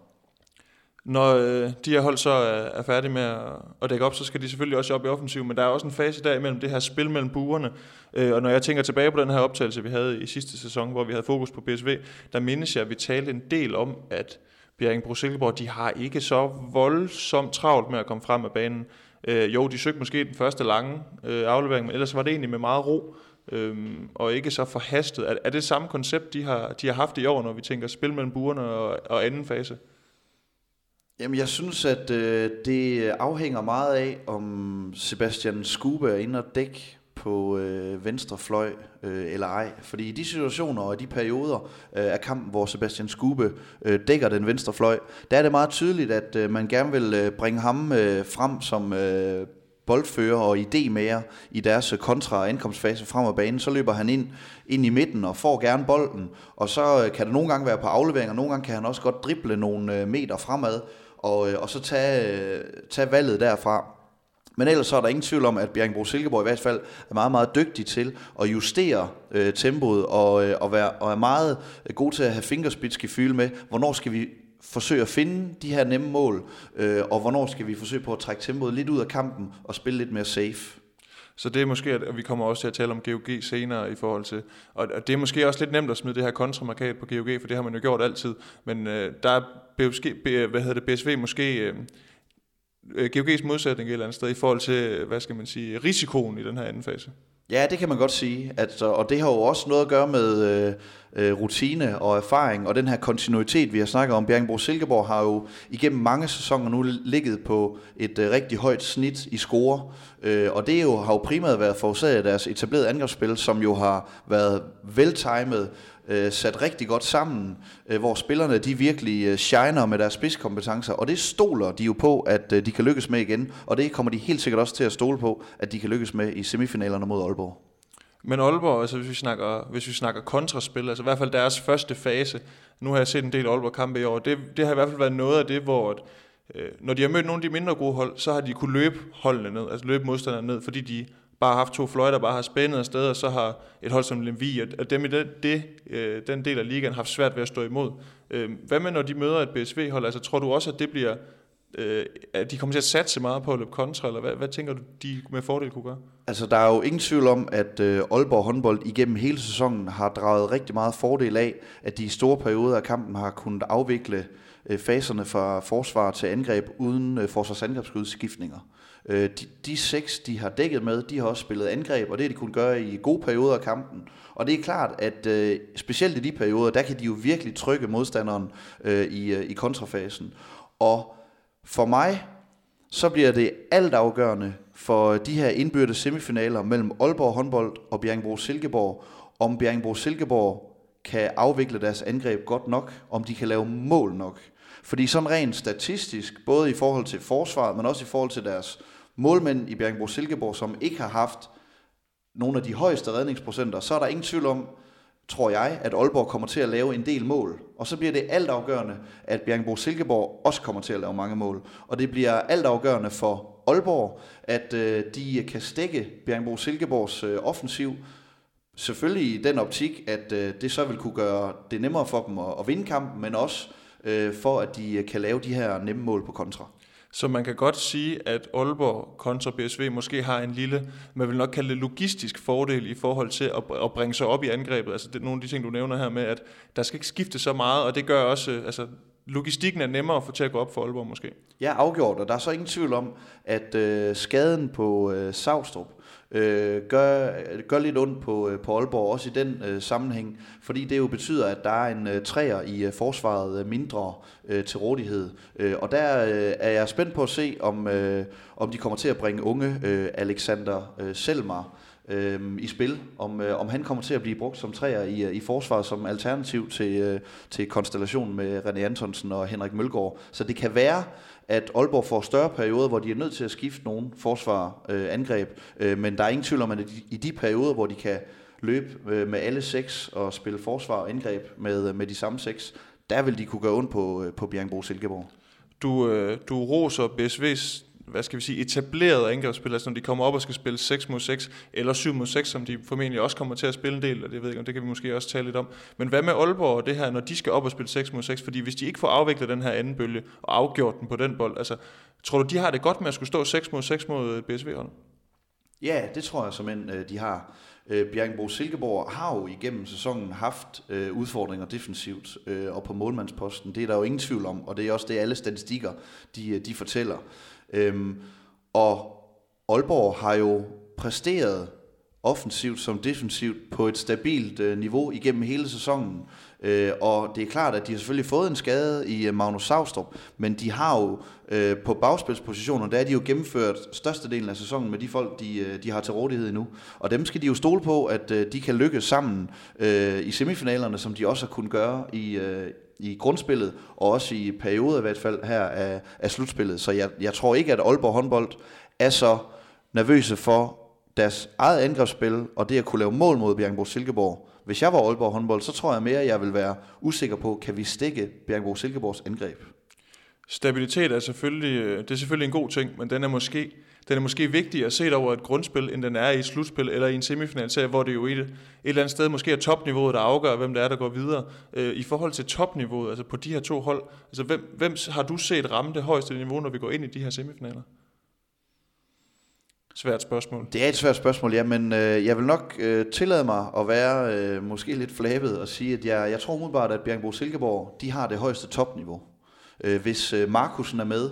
Når øh, de her hold så er, er færdige med at, at dække op, så skal de selvfølgelig også op i offensiv, men der er også en fase der imellem det her spil mellem buerne. Øh, og når jeg tænker tilbage på den her optagelse, vi havde i sidste sæson, hvor vi havde fokus på B S V, der mindes jeg, at vi talte en del om, at Bjerringbro Silkeborg, de har ikke så voldsomt travlt med at komme frem af banen. Øh, jo, de søgte måske den første lange øh, aflevering, men ellers var det egentlig med meget ro, øh, og ikke så forhastet. Er, er det samme koncept, de har, de har haft i år, når vi tænker spil mellem buerne og, og anden fase? Jamen, jeg synes, at øh, det afhænger meget af, om Sebastian Skube er inde og dække på øh, venstre fløj øh, eller ej. Fordi i de situationer og de perioder øh, af kampen, hvor Sebastian Skube øh, dækker den venstre fløj, der er det meget tydeligt, at øh, man gerne vil øh, bringe ham øh, frem som øh, boldfører og idémager i deres kontra- og ankomstfase frem af banen. Så løber han ind, ind i midten og får gerne bolden, og så øh, kan det nogle gange være på afleveringer, nogle gange kan han også godt drible nogle øh, meter fremad, og, øh, og så tage, øh, tage valget derfra. Men ellers så er der ingen tvivl om, at Bjerringbro Silkeborg i hvert fald er meget, meget dygtig til at justere øh, tempoet og, øh, og, være, og er meget god til at have fingerspidsgefühl med, hvornår skal vi forsøge at finde de her nemme mål, øh, og hvornår skal vi forsøge på at trække tempoet lidt ud af kampen og spille lidt mere safe. Så det er måske, at vi kommer også til at tale om G O G senere i forhold til, og det er måske også lidt nemt at smide det her kontramarkat på G O G, for det har man jo gjort altid, men øh, der er B S G, hvad hedder det, B S V måske øh, G O G's modsætning et eller andet sted i forhold til, hvad skal man sige, risikoen i den her anden fase. Ja, det kan man godt sige, at, og det har jo også noget at gøre med øh, rutine og erfaring, og den her kontinuitet, vi har snakket om. Bjerringbro-Silkeborg har jo igennem mange sæsoner nu ligget på et øh, rigtig højt snit i score, øh, og det jo, har jo primært været forårsaget af deres etablerede angrebsspil, som jo har været veltimet, øh, sat rigtig godt sammen, øh, hvor spillerne de virkelig øh, shiner med deres spidskompetencer, og det stoler de jo på, at øh, de kan lykkes med igen, og det kommer de helt sikkert også til at stole på, at de kan lykkes med i semifinalerne mod Aalborg. Men Aalborg, altså hvis vi snakker, hvis vi snakker kontraspil, altså i hvert fald deres første fase, nu har jeg set en del Aalborg-kampe i år, det, det har i hvert fald været noget af det, hvor at, øh, når de har mødt nogle af de mindre gode hold, så har de kunne løbe holdene ned, altså løbe modstanderne ned, fordi de bare har haft to fløjter, bare har spændet afsted, og så har et hold som Lemvig, at dem i det, det, øh, den del af ligaen har haft svært ved at stå imod. Øh, hvad med når de møder et B S V-hold? Altså tror du også, at det bliver, øh, at de kommer til at satse meget på at løbe kontra, eller hvad, hvad tænker du, de med fordel kunne gøre? Altså der er jo ingen tvivl om, at øh, Aalborg håndbold igennem hele sæsonen har draget rigtig meget fordel af, at de i store perioder af kampen har kunnet afvikle øh, faserne fra forsvar til angreb uden øh, forsvarsangrebsskudskiftninger. De, de seks, de har dækket med, de har også spillet angreb, og det har de kunnet gøre i gode perioder af kampen. Og det er klart, at øh, specielt i de perioder, der kan de jo virkelig trykke modstanderen øh, i, øh, i kontrafasen. Og for mig, så bliver det altafgørende for de her indbyrdes semifinaler mellem Aalborg håndbold og Bjerringbro-Silkeborg, om Bjerringbro-Silkeborg kan afvikle deres angreb godt nok, om de kan lave mål nok. Fordi sådan rent statistisk, både i forhold til forsvaret, men også i forhold til deres målmænd i Bjerringbro-Silkeborg, som ikke har haft nogle af de højeste redningsprocenter, så er der ingen tvivl om, tror jeg, at Aalborg kommer til at lave en del mål. Og så bliver det altafgørende, at Bjerringbro-Silkeborg også kommer til at lave mange mål. Og det bliver altafgørende for Aalborg, at øh, de kan stække Bjerringbro-Silkeborgs øh, offensiv. Selvfølgelig i den optik, at øh, det så vil kunne gøre det nemmere for dem at, at vinde kampen, men også øh, for at de kan lave de her nemme mål på kontra. Så man kan godt sige, at Aalborg kontra B S V måske har en lille, man vil nok kalde det logistisk fordel i forhold til at, at bringe sig op i angrebet. Altså det er nogle af de ting, du nævner her med, at der skal ikke skifte så meget, og det gør også, altså logistikken er nemmere at få til at gå op for Aalborg måske. Ja, afgjort, og der er så ingen tvivl om, at øh, skaden på øh, Savstrup øh, gør, gør lidt ondt på, øh, på Aalborg, også i den øh, sammenhæng, fordi det jo betyder, at der er en øh, træer i øh, forsvaret øh, mindre øh, til rådighed. Øh, og der øh, er jeg spændt på at se, om, øh, om de kommer til at bringe unge øh, Alexander øh, Selmar øh, i spil, om, øh, om han kommer til at blive brugt som træer i, i forsvaret som alternativ til, øh, til konstellationen med René Antonsen og Henrik Mølgaard. Så det kan være, at Aalborg får større perioder, hvor de er nødt til at skifte nogle forsvar-angreb, øh, øh, men der er ingen tvivl om, at i de perioder, hvor de kan løbe øh, med alle seks og spille forsvar og angreb med, med de samme seks, der vil de kunne gøre ondt på, på Bjerringbro-Silkeborg. Du, øh, du roser B S V's, hvad skal vi sige, etablerede angrebsspillere, når de kommer op og skal spille seks mod seks, eller syv mod seks, som de formentlig også kommer til at spille en del, og det ved jeg ikke, det kan vi måske også tale lidt om. Men hvad med Aalborg og det her, når de skal op og spille seks mod seks, fordi hvis de ikke får afviklet den her anden bølge, og afgjort den på den bold, altså, tror du, de har det godt med at skulle stå seks mod seks mod B S V-holdet? Ja, det tror jeg simpelthen, de har. Bjerringbro-Silkeborg har jo igennem sæsonen haft øh, udfordringer defensivt øh, og på målmandsposten. Det er der jo ingen tvivl om, og det er også det, alle statistikker de, de fortæller. Øhm, og Aalborg har jo præsteret offensivt som defensivt på et stabilt øh, niveau igennem hele sæsonen. Øh, og det er klart, at de har selvfølgelig fået en skade i øh, Magnus Savstrup, men de har jo øh, på bagspilspositioner, der er de jo gennemført størstedelen af sæsonen med de folk, de, øh, de har til rådighed nu. Og dem skal de jo stole på, at øh, de kan lykkes sammen øh, i semifinalerne, som de også har kunnet gøre i øh, i grundspillet, og også i perioder i hvert fald her af, af slutspillet. Så jeg, jeg tror ikke, at Aalborg håndbold er så nervøse for deres eget angrebsspil, og det at kunne lave mål mod Bjerringbro-Silkeborg. Hvis jeg var Aalborg håndbold, så tror jeg mere, at jeg vil være usikker på, kan vi stikke Bjerringbro-Silkeborgs angreb. Stabilitet er selvfølgelig, det er selvfølgelig en god ting, men den er måske, den er måske vigtigere at se over et grundspil, end den er i et slutspil eller i en semifinalserie, hvor det jo i det, et eller andet sted måske er topniveauet, der afgør, hvem det er, der går videre. Øh, I forhold til topniveauet, altså på de her to hold, altså hvem, hvem har du set ramme det højeste niveau, når vi går ind i de her semifinaler? svært spørgsmål. Det er et svært spørgsmål, ja, men øh, jeg vil nok øh, tillade mig at være øh, måske lidt flabet og sige, at jeg, jeg tror umiddelbart, at Bjerringbro-Silkeborg, de har det højeste topniveau. Øh, hvis øh, Markusen er med,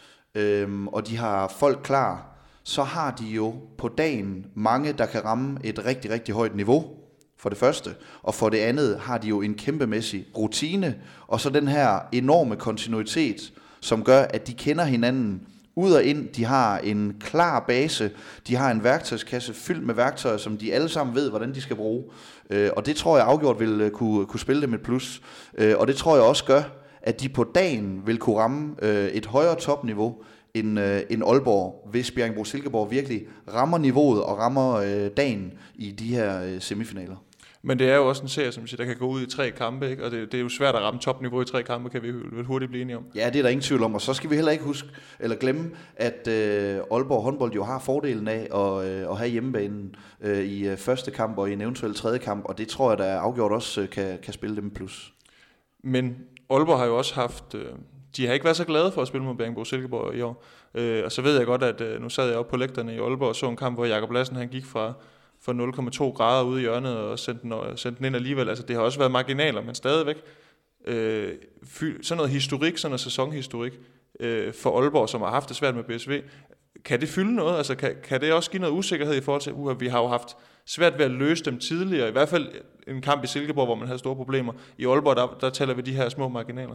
øh, og de har folk klar, så har de jo på dagen mange, der kan ramme et rigtig, rigtig højt niveau, for det første. Og for det andet har de jo en kæmpemæssig rutine, og så den her enorme kontinuitet, som gør, at de kender hinanden ud og ind. De har en klar base, de har en værktøjskasse fyldt med værktøjer, som de alle sammen ved, hvordan de skal bruge. Øh, og det tror jeg afgjort vil kunne, kunne spille dem et plus. Øh, og det tror jeg også gør, at de på dagen vil kunne ramme øh, et højere topniveau, end, øh, end Aalborg, hvis Bjerringbro-Silkeborg virkelig rammer niveauet og rammer øh, dagen i de her øh, semifinaler. Men det er jo også en serie, som siger, der kan gå ud i tre kampe, ikke? Og det, det er jo svært at ramme topniveau i tre kampe, kan vi vel hurtigt blive enige om. Ja, det er der ingen tvivl om, og så skal vi heller ikke huske eller glemme, at øh, Aalborg håndbold jo har fordelen af at, øh, at have hjemmebanen øh, i øh, første kamp og i en eventuel tredje kamp, og det tror jeg, der er afgjort også øh, kan, kan spille dem plus. Men Aalborg har jo også haft... Øh, de har ikke været så glade for at spille mod Bjerringbro-Silkeborg i år. Øh, og så ved jeg godt, at øh, nu sad jeg oppe på lægterne i Aalborg og så en kamp, hvor Jakob Lassen han gik fra, fra nul komma to grader ude i hjørnet og sendte den, sendte den ind alligevel. Altså det har også været marginaler, men stadigvæk øh, fy, sådan noget historik, sådan noget sæsonhistorik øh, for Aalborg, som har haft det svært med B S V. Kan det fylde noget? Altså kan, kan det også give noget usikkerhed i forhold til, at uh, vi har jo haft svært ved at løse dem tidligere, i hvert fald en kamp i Silkeborg, hvor man havde store problemer. I Aalborg, der, der taler vi de her små marginaler.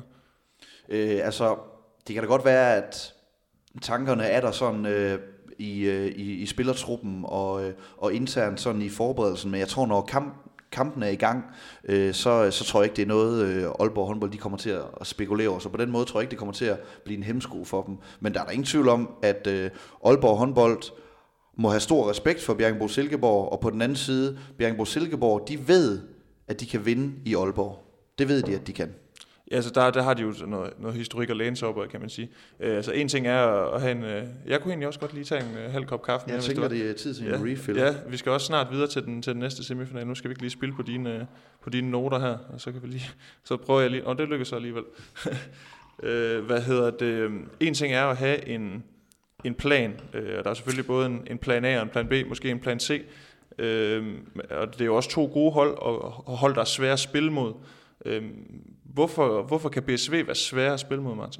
Øh, altså, det kan da godt være, at tankerne er der sådan øh, i, øh, i, i spillertruppen og, øh, og internt sådan i forberedelsen, men jeg tror, når kamp, kampen er i gang, øh, så, så tror jeg ikke, det er noget, øh, Aalborg håndbold de kommer til at spekulere over. Så på den måde tror jeg ikke, det kommer til at blive en hemsko for dem. Men der er der ingen tvivl om, at øh, Aalborg håndbold må have stor respekt for Bjerringbro-Silkeborg, og på den anden side, Bjerringbro-Silkeborg, de ved, at de kan vinde i Aalborg. Det ved de, at de kan. Ja, altså der, der har de jo noget, noget historik at læne sig op, kan man sige. Øh, altså en ting er at have en... Øh, jeg kunne egentlig også godt lige tage en øh, halv kop kaffe. Jeg tænker, det, det er tid til en ja, refill. Ja, vi skal også snart videre til den, til den næste semifinal. Nu skal vi ikke lige spille på dine, øh, på dine noter her, og så kan vi lige... Så prøver jeg lige... Og det lykkes så alligevel. øh, hvad hedder det? En ting er at have en, en plan, øh, og der er selvfølgelig både en, en plan A og en plan B, måske en plan C. Øh, og det er jo også to gode hold, og, og hold, der er svære at spille mod. Øh, Hvorfor, hvorfor kan B S V være svære at spille mod, Martin?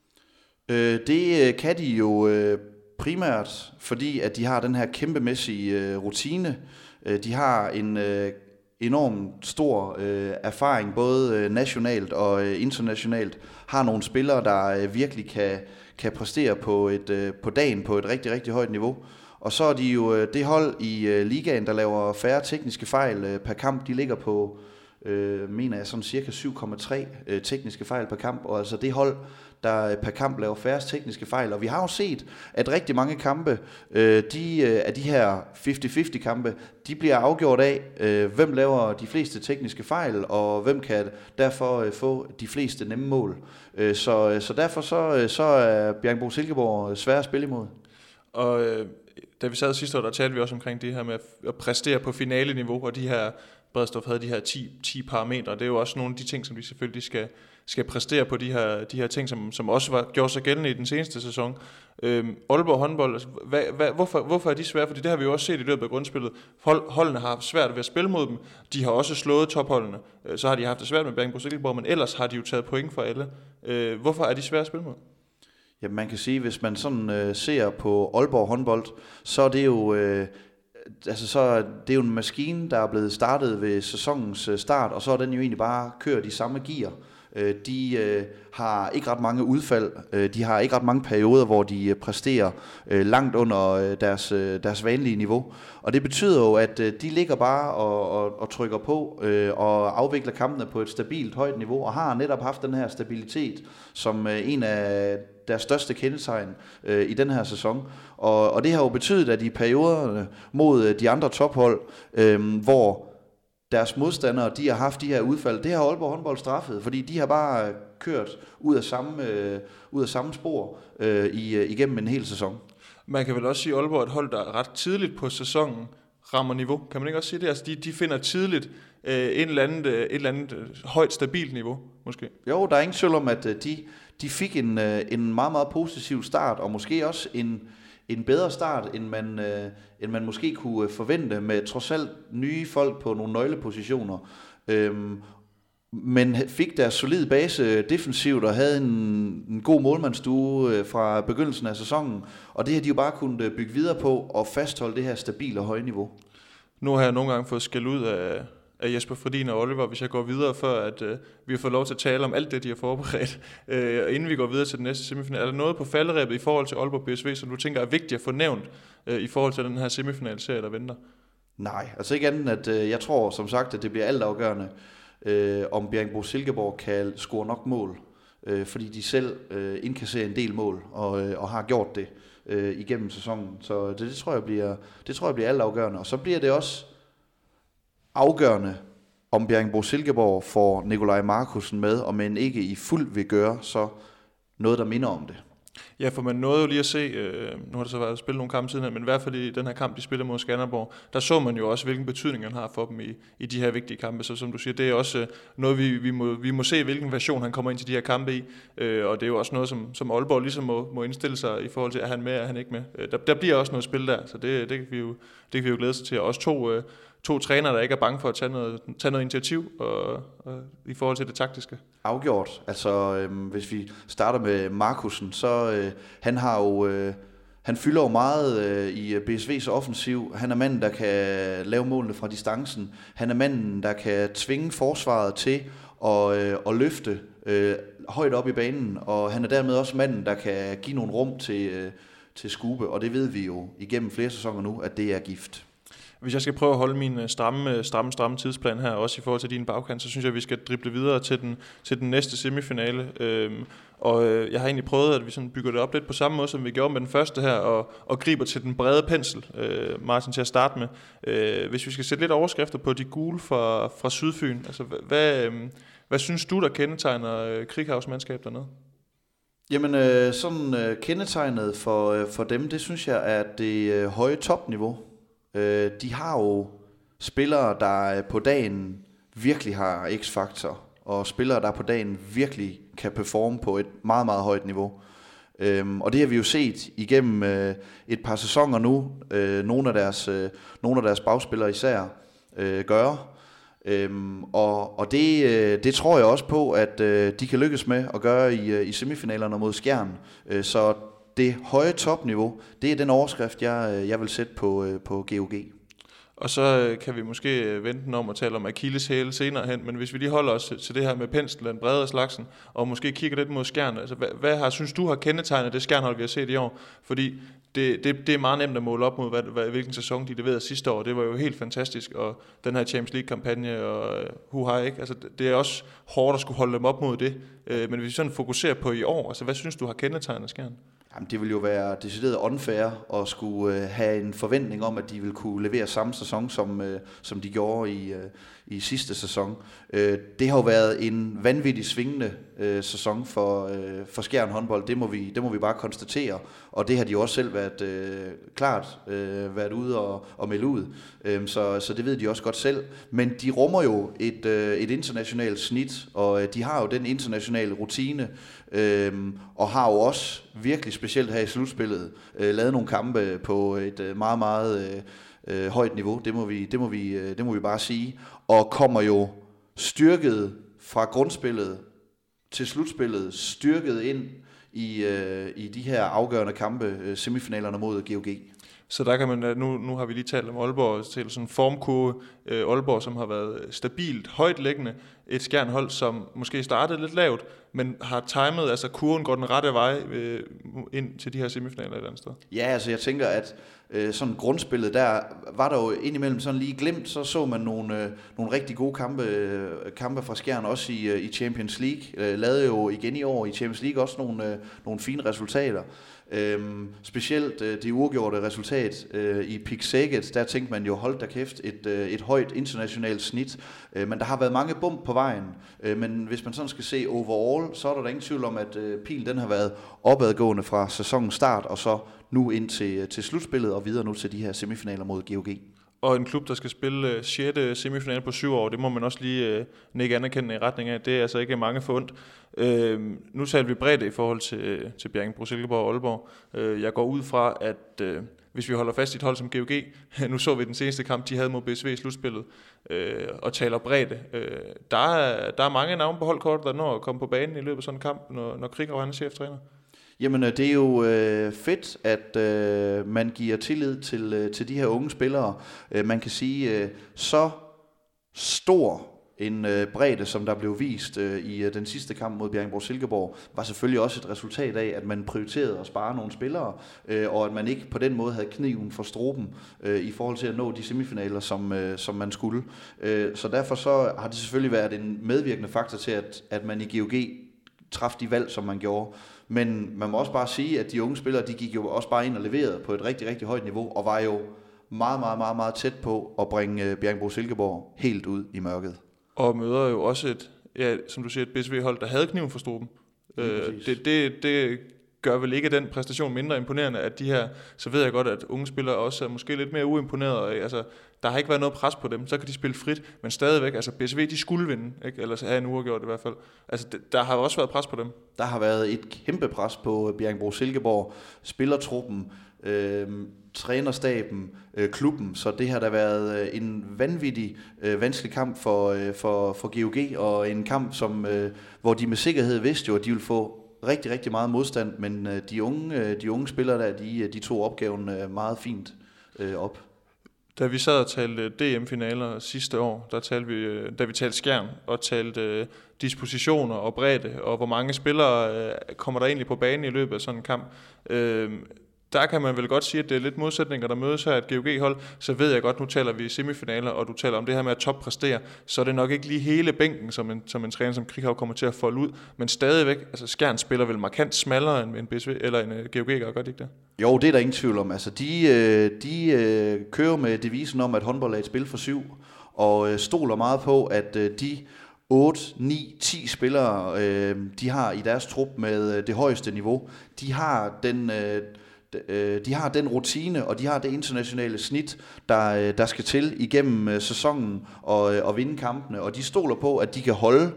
Øh, det kan de jo øh, primært, fordi at de har den her kæmpemæssige øh, rutine. Øh, de har en øh, enorm stor øh, erfaring, både øh, nationalt og øh, internationalt. Har nogle spillere, der øh, virkelig kan, kan præstere på, et, øh, på dagen på et rigtig, rigtig højt niveau. Og så er de jo øh, det hold i øh, ligaen, der laver færre tekniske fejl øh, per kamp. De ligger på... Øh, mener jeg sådan cirka syv komma tre øh, tekniske fejl per kamp, og altså det hold, der per kamp laver færrest tekniske fejl, og vi har jo set, at rigtig mange kampe, øh, de, øh, af de her halvtreds halvtreds kampe, de bliver afgjort af, øh, hvem laver de fleste tekniske fejl, og hvem kan derfor øh, få de fleste nemme mål. Øh, så, så derfor så, øh, så er Bjerringbro-Silkeborg svært at spille imod. Og øh, da vi sad sidste år, der talte vi også omkring det her med at præstere på finaleniveau, og de her Bredstof havde de her ti, ti parametre. Det er jo også nogle af de ting, som de selvfølgelig skal, skal præstere på, de her, de her ting, som, som også var, gjorde sig gældende i den seneste sæson. Øhm, Aalborg håndbold, altså, hvad, hvad, hvorfor, hvorfor er de svære? Fordi det har vi jo også set i løbet af grundspillet. Hold, holdene har haft svært ved at spille mod dem. De har også slået topholdene. Øh, så har de haft det svært med Bjerringbro-Silkeborg, men ellers har de jo taget point for alle. Øh, hvorfor er de svære at spille mod? Ja, man kan sige, hvis man sådan øh, ser på Aalborg håndbold, så er det jo... Øh, Altså så det er jo en maskine, der er blevet startet ved sæsonens start, og så er den jo egentlig bare kørt i samme gear. De øh, har ikke ret mange udfald, de har ikke ret mange perioder, hvor de præsterer øh, langt under øh, deres, øh, deres vanlige niveau. Og det betyder jo, at øh, de ligger bare og, og, og trykker på øh, og afvikler kampene på et stabilt højt niveau, og har netop haft den her stabilitet som øh, en af deres største kendetegn øh, i den her sæson. Og, og det har jo betydet, at i perioderne mod øh, de andre tophold, øh, hvor deres modstandere, de har haft de her udfald, det har Aalborg håndbold straffet, fordi de har bare kørt ud af samme, øh, ud af samme spor øh, i, øh, igennem en hel sæson. Man kan vel også sige, at Aalborg er et hold, der ret tidligt på sæsonen rammer niveau. Kan man ikke også sige det? Altså, de, de finder tidligt øh, et, eller andet, øh, et eller andet øh, højt, stabilt niveau, måske. Jo, der er ingen tvivl om, at øh, de, de fik en, øh, en meget, meget positiv start, og måske også en, en bedre start, end man, øh, end man måske kunne forvente, med trods alt nye folk på nogle nøglepositioner. Øhm, men fik deres solide base defensivt og havde en, en god målmandsstue fra begyndelsen af sæsonen. Og det har de jo bare kunnet bygge videre på og fastholde det her stabile og høje niveau. Nu har jeg nogle gange fået skæld ud af, af Jesper Fredin og Oliver, hvis jeg går videre, før at øh, vi har fået lov til at tale om alt det, de har forberedt. Øh, inden vi går videre til den næste semifinal, er der noget på falderæbet i forhold til Aalborg B S V, som du tænker er vigtigt at få nævnt øh, i forhold til den her semifinalserie, der venter? Nej, altså ikke andet, at øh, jeg tror som sagt, at det bliver altafgørende, øh, om Bjerringbro-Silkeborg kan score nok mål, øh, fordi de selv øh, indkasserer en del mål og, øh, og har gjort det øh, igennem sæsonen. Så det, det tror jeg bliver, det tror jeg bliver altafgørende. Og så bliver det også afgørende, om Bjerringbro-Silkeborg får Nikolaj Markussen med, og men ikke i fuld vil gøre, så noget, der minder om det. Ja, for man nåede jo lige at se, øh, nu har der så været spillet nogle kampe siden her, men i hvert fald i den her kamp, de spiller mod Skanderborg, der så man jo også, hvilken betydning han har for dem i, i de her vigtige kampe. Så som du siger, det er også øh, noget, vi, vi, må, vi må se, hvilken version han kommer ind til de her kampe i. Øh, og det er jo også noget, som, som Aalborg ligesom må, må indstille sig i forhold til, er han med, er han ikke med. Øh, der, der bliver også noget spil der, så det, det, kan, vi jo, det kan vi jo glæde sig til. Og også to, øh, to trænere, der ikke er bange for at tage noget, tage noget initiativ og, og, i forhold til det taktiske. Afgjort. Altså, øh, hvis vi starter med Markussen, så øh, han har jo... Øh, han fylder jo meget øh, i B S V's offensiv. Han er manden, der kan lave målene fra distancen. Han er manden, der kan tvinge forsvaret til at, øh, at løfte øh, højt op i banen. Og han er dermed også manden, der kan give nogle rum til, øh, til Skube. Og det ved vi jo igennem flere sæsoner nu, at det er gift. Hvis jeg skal prøve at holde min stramme, stramme, stramme tidsplan her, også i forhold til din bagkant, så synes jeg, at vi skal drible videre til den, til den næste semifinale. Øhm, og øh, jeg har egentlig prøvet, at vi sådan bygger det op lidt på samme måde, som vi gjorde med den første her, og, og griber til den brede pensel, øh, Martin, til at starte med. Øh, hvis vi skal sætte lidt overskrifter på de gule fra, fra Sydfyn, altså hvad, øh, hvad synes du, der kendetegner øh, Krighavs mandskab dernede? Jamen, øh, sådan øh, kendetegnet for, øh, for dem, det synes jeg er det øh, høje topniveau. De har jo spillere, der på dagen virkelig har x-faktor, og spillere, der på dagen virkelig kan performe på et meget, meget højt niveau. Og det har vi jo set igennem et par sæsoner nu, nogle af deres, nogle af deres bagspillere især gøre. Og, og det, det tror jeg også på, at de kan lykkes med at gøre i, i semifinalerne mod Skjern. Så det høje topniveau, det er den overskrift, jeg, jeg vil sætte på, på G O G. Og så kan vi måske vente den om at tale om akilleshæle senere hen, men hvis vi lige holder os til det her med penslen, den brede slagsen, og måske kigger lidt mod Skjern, altså hvad, hvad har, synes du har kendetegnet det Skjernhold, vi har set i år? Fordi det, det, det er meget nemt at måle op mod, hvad, hvad, hvilken sæson de leverede sidste år. Det var jo helt fantastisk, og den her Champions League-kampagne, og uh, huha, ikke? Altså, det er også hårdt at skulle holde dem op mod det. Uh, men hvis vi sådan fokuserer på i år, altså hvad synes du har kendetegnet Skjern? Jamen, det vil jo være decideret unfair at skulle øh, have en forventning om, at de vil kunne levere samme sæson, som, øh, som de gjorde i, øh, i sidste sæson. Øh, det har jo været en vanvittig svingende øh, sæson for, øh, for Skjern håndbold. Det må, vi, det må vi bare konstatere. Og det har de jo også selv været øh, klart øh, været ude og, og melde ud. Øh, så, så det ved de også godt selv. Men de rummer jo et, øh, et internationalt snit, og øh, de har jo den internationale rutine, øh, og har jo også virkelig specielt her i slutspillet øh, lavet nogle kampe på et øh, meget, meget øh, øh, højt niveau. Det må, vi, det, må vi, øh, det må vi bare sige. Og kommer jo styrket fra grundspillet til slutspillet, styrket ind i, øh, i de her afgørende kampe, øh, semifinalerne mod G O G. Så der kan man, nu, nu har vi lige talt om Aalborg, til sådan en formkurve, øh, Aalborg, som har været stabilt, højt liggende, et Skjernhold, som måske startede lidt lavt, men har timet, altså kurven går den rette vej øh, ind til de her semifinaler et andet sted. Ja, altså jeg tænker, at øh, sådan grundspillet, der var der jo indimellem sådan lige glemt, så så man nogle, øh, nogle rigtig gode kampe, øh, kampe fra Skjern, også i, øh, i Champions League. Øh, lavede jo igen i år i Champions League også nogle, øh, nogle fine resultater. Øhm, specielt øh, det uafgjorte resultat øh, i Pick Szeged, der tænkte man jo, hold da kæft, et, øh, et højt internationalt snit, øh, men der har været mange bump på vejen, øh, men hvis man sådan skal se overall, så er der da ingen tvivl om, at øh, pilen den har været opadgående fra sæsonens start, og så nu ind til, til slutspillet, og videre nu til de her semifinaler mod G O G. og en klub, der skal spille sjette semifinale på syv år, det må man også lige øh, nikke anerkendende i retning af. Det er altså ikke mange forundt. Øh, nu taler vi bredde i forhold til, til Bjerringbro, Silkeborg og Aalborg. Øh, jeg går ud fra, at øh, hvis vi holder fast i et hold som G O G, nu så vi den seneste kamp, de havde mod B S V i slutspillet, øh, og taler bredde. Øh, der, er, der er mange navne på holdkortet, der når at komme på banen i løbet af sådan en kamp, når, når Krigau han er cheftræner. Jamen, det er jo øh, fedt, at øh, man giver tillid til, øh, til de her unge spillere. Øh, man kan sige, øh, så stor en øh, bredde, som der blev vist øh, i øh, den sidste kamp mod Bjerringbro-Silkeborg, var selvfølgelig også et resultat af, at man prioriterede at spare nogle spillere, øh, og at man ikke på den måde havde kniven for struben øh, i forhold til at nå de semifinaler, som, øh, som man skulle. Øh, så derfor så har det selvfølgelig været en medvirkende faktor til, at, at man i G O G traf de valg, som man gjorde. Men man må også bare sige, at de unge spillere, de gik jo også bare ind og leverede på et rigtig, rigtig højt niveau, og var jo meget, meget, meget, meget tæt på at bringe Bjerringbro-Silkeborg helt ud i mørket. Og møder jo også et, ja, som du siger, et B S V-hold, der havde kniven for struben. Øh, det, det, det gør vel ikke den præstation mindre imponerende, at de her, så ved jeg godt, at unge spillere også er måske lidt mere uimponerede. Altså, der har ikke været noget pres på dem, så kan de spille frit, men stadigvæk, altså B S V, de skulle vinde, ikke? Ellers have en uafgjort i hvert fald. Altså, der har også været pres på dem. Der har været et kæmpe pres på Bjerringbro-Silkeborg, spillertruppen, øh, trænerstaben, øh, klubben, så det har da været en vanvittig øh, vanskelig kamp for, øh, for, for G O G, og en kamp, som, øh, hvor de med sikkerhed vidste jo, at de ville få rigtig, rigtig meget modstand, men øh, de, unge, øh, de unge spillere der, de, de tog opgaven øh, meget fint øh, op. Da vi sad og talte D M-finaler sidste år, der talte vi, da vi talte skærm og talte uh, dispositioner og bredde, og hvor mange spillere uh, kommer der egentlig på banen i løbet af sådan en kamp. Uh, der kan man vel godt sige, at det er lidt modsætninger, der mødes her, et G O G-hold. Så ved jeg godt, nu taler vi semifinaler, og du taler om det her med at toppræstere, så er det nok ikke lige hele bænken, som en, som en træner som Krigau kommer til at folde ud. Men stadigvæk, altså Skjern spiller vel markant smallere end en B S V eller en G O G, gør det ikke det? Jo, det er der ingen tvivl om. Altså, de, de kører med devisen om, at håndbold er et spil for syv, og stoler meget på, at de otte, ni, ti spillere, de har i deres trup med det højeste niveau, de har den... De har den rutine, og de har det internationale snit, der, der skal til igennem sæsonen og, og vinde kampene, og de stoler på, at de kan holde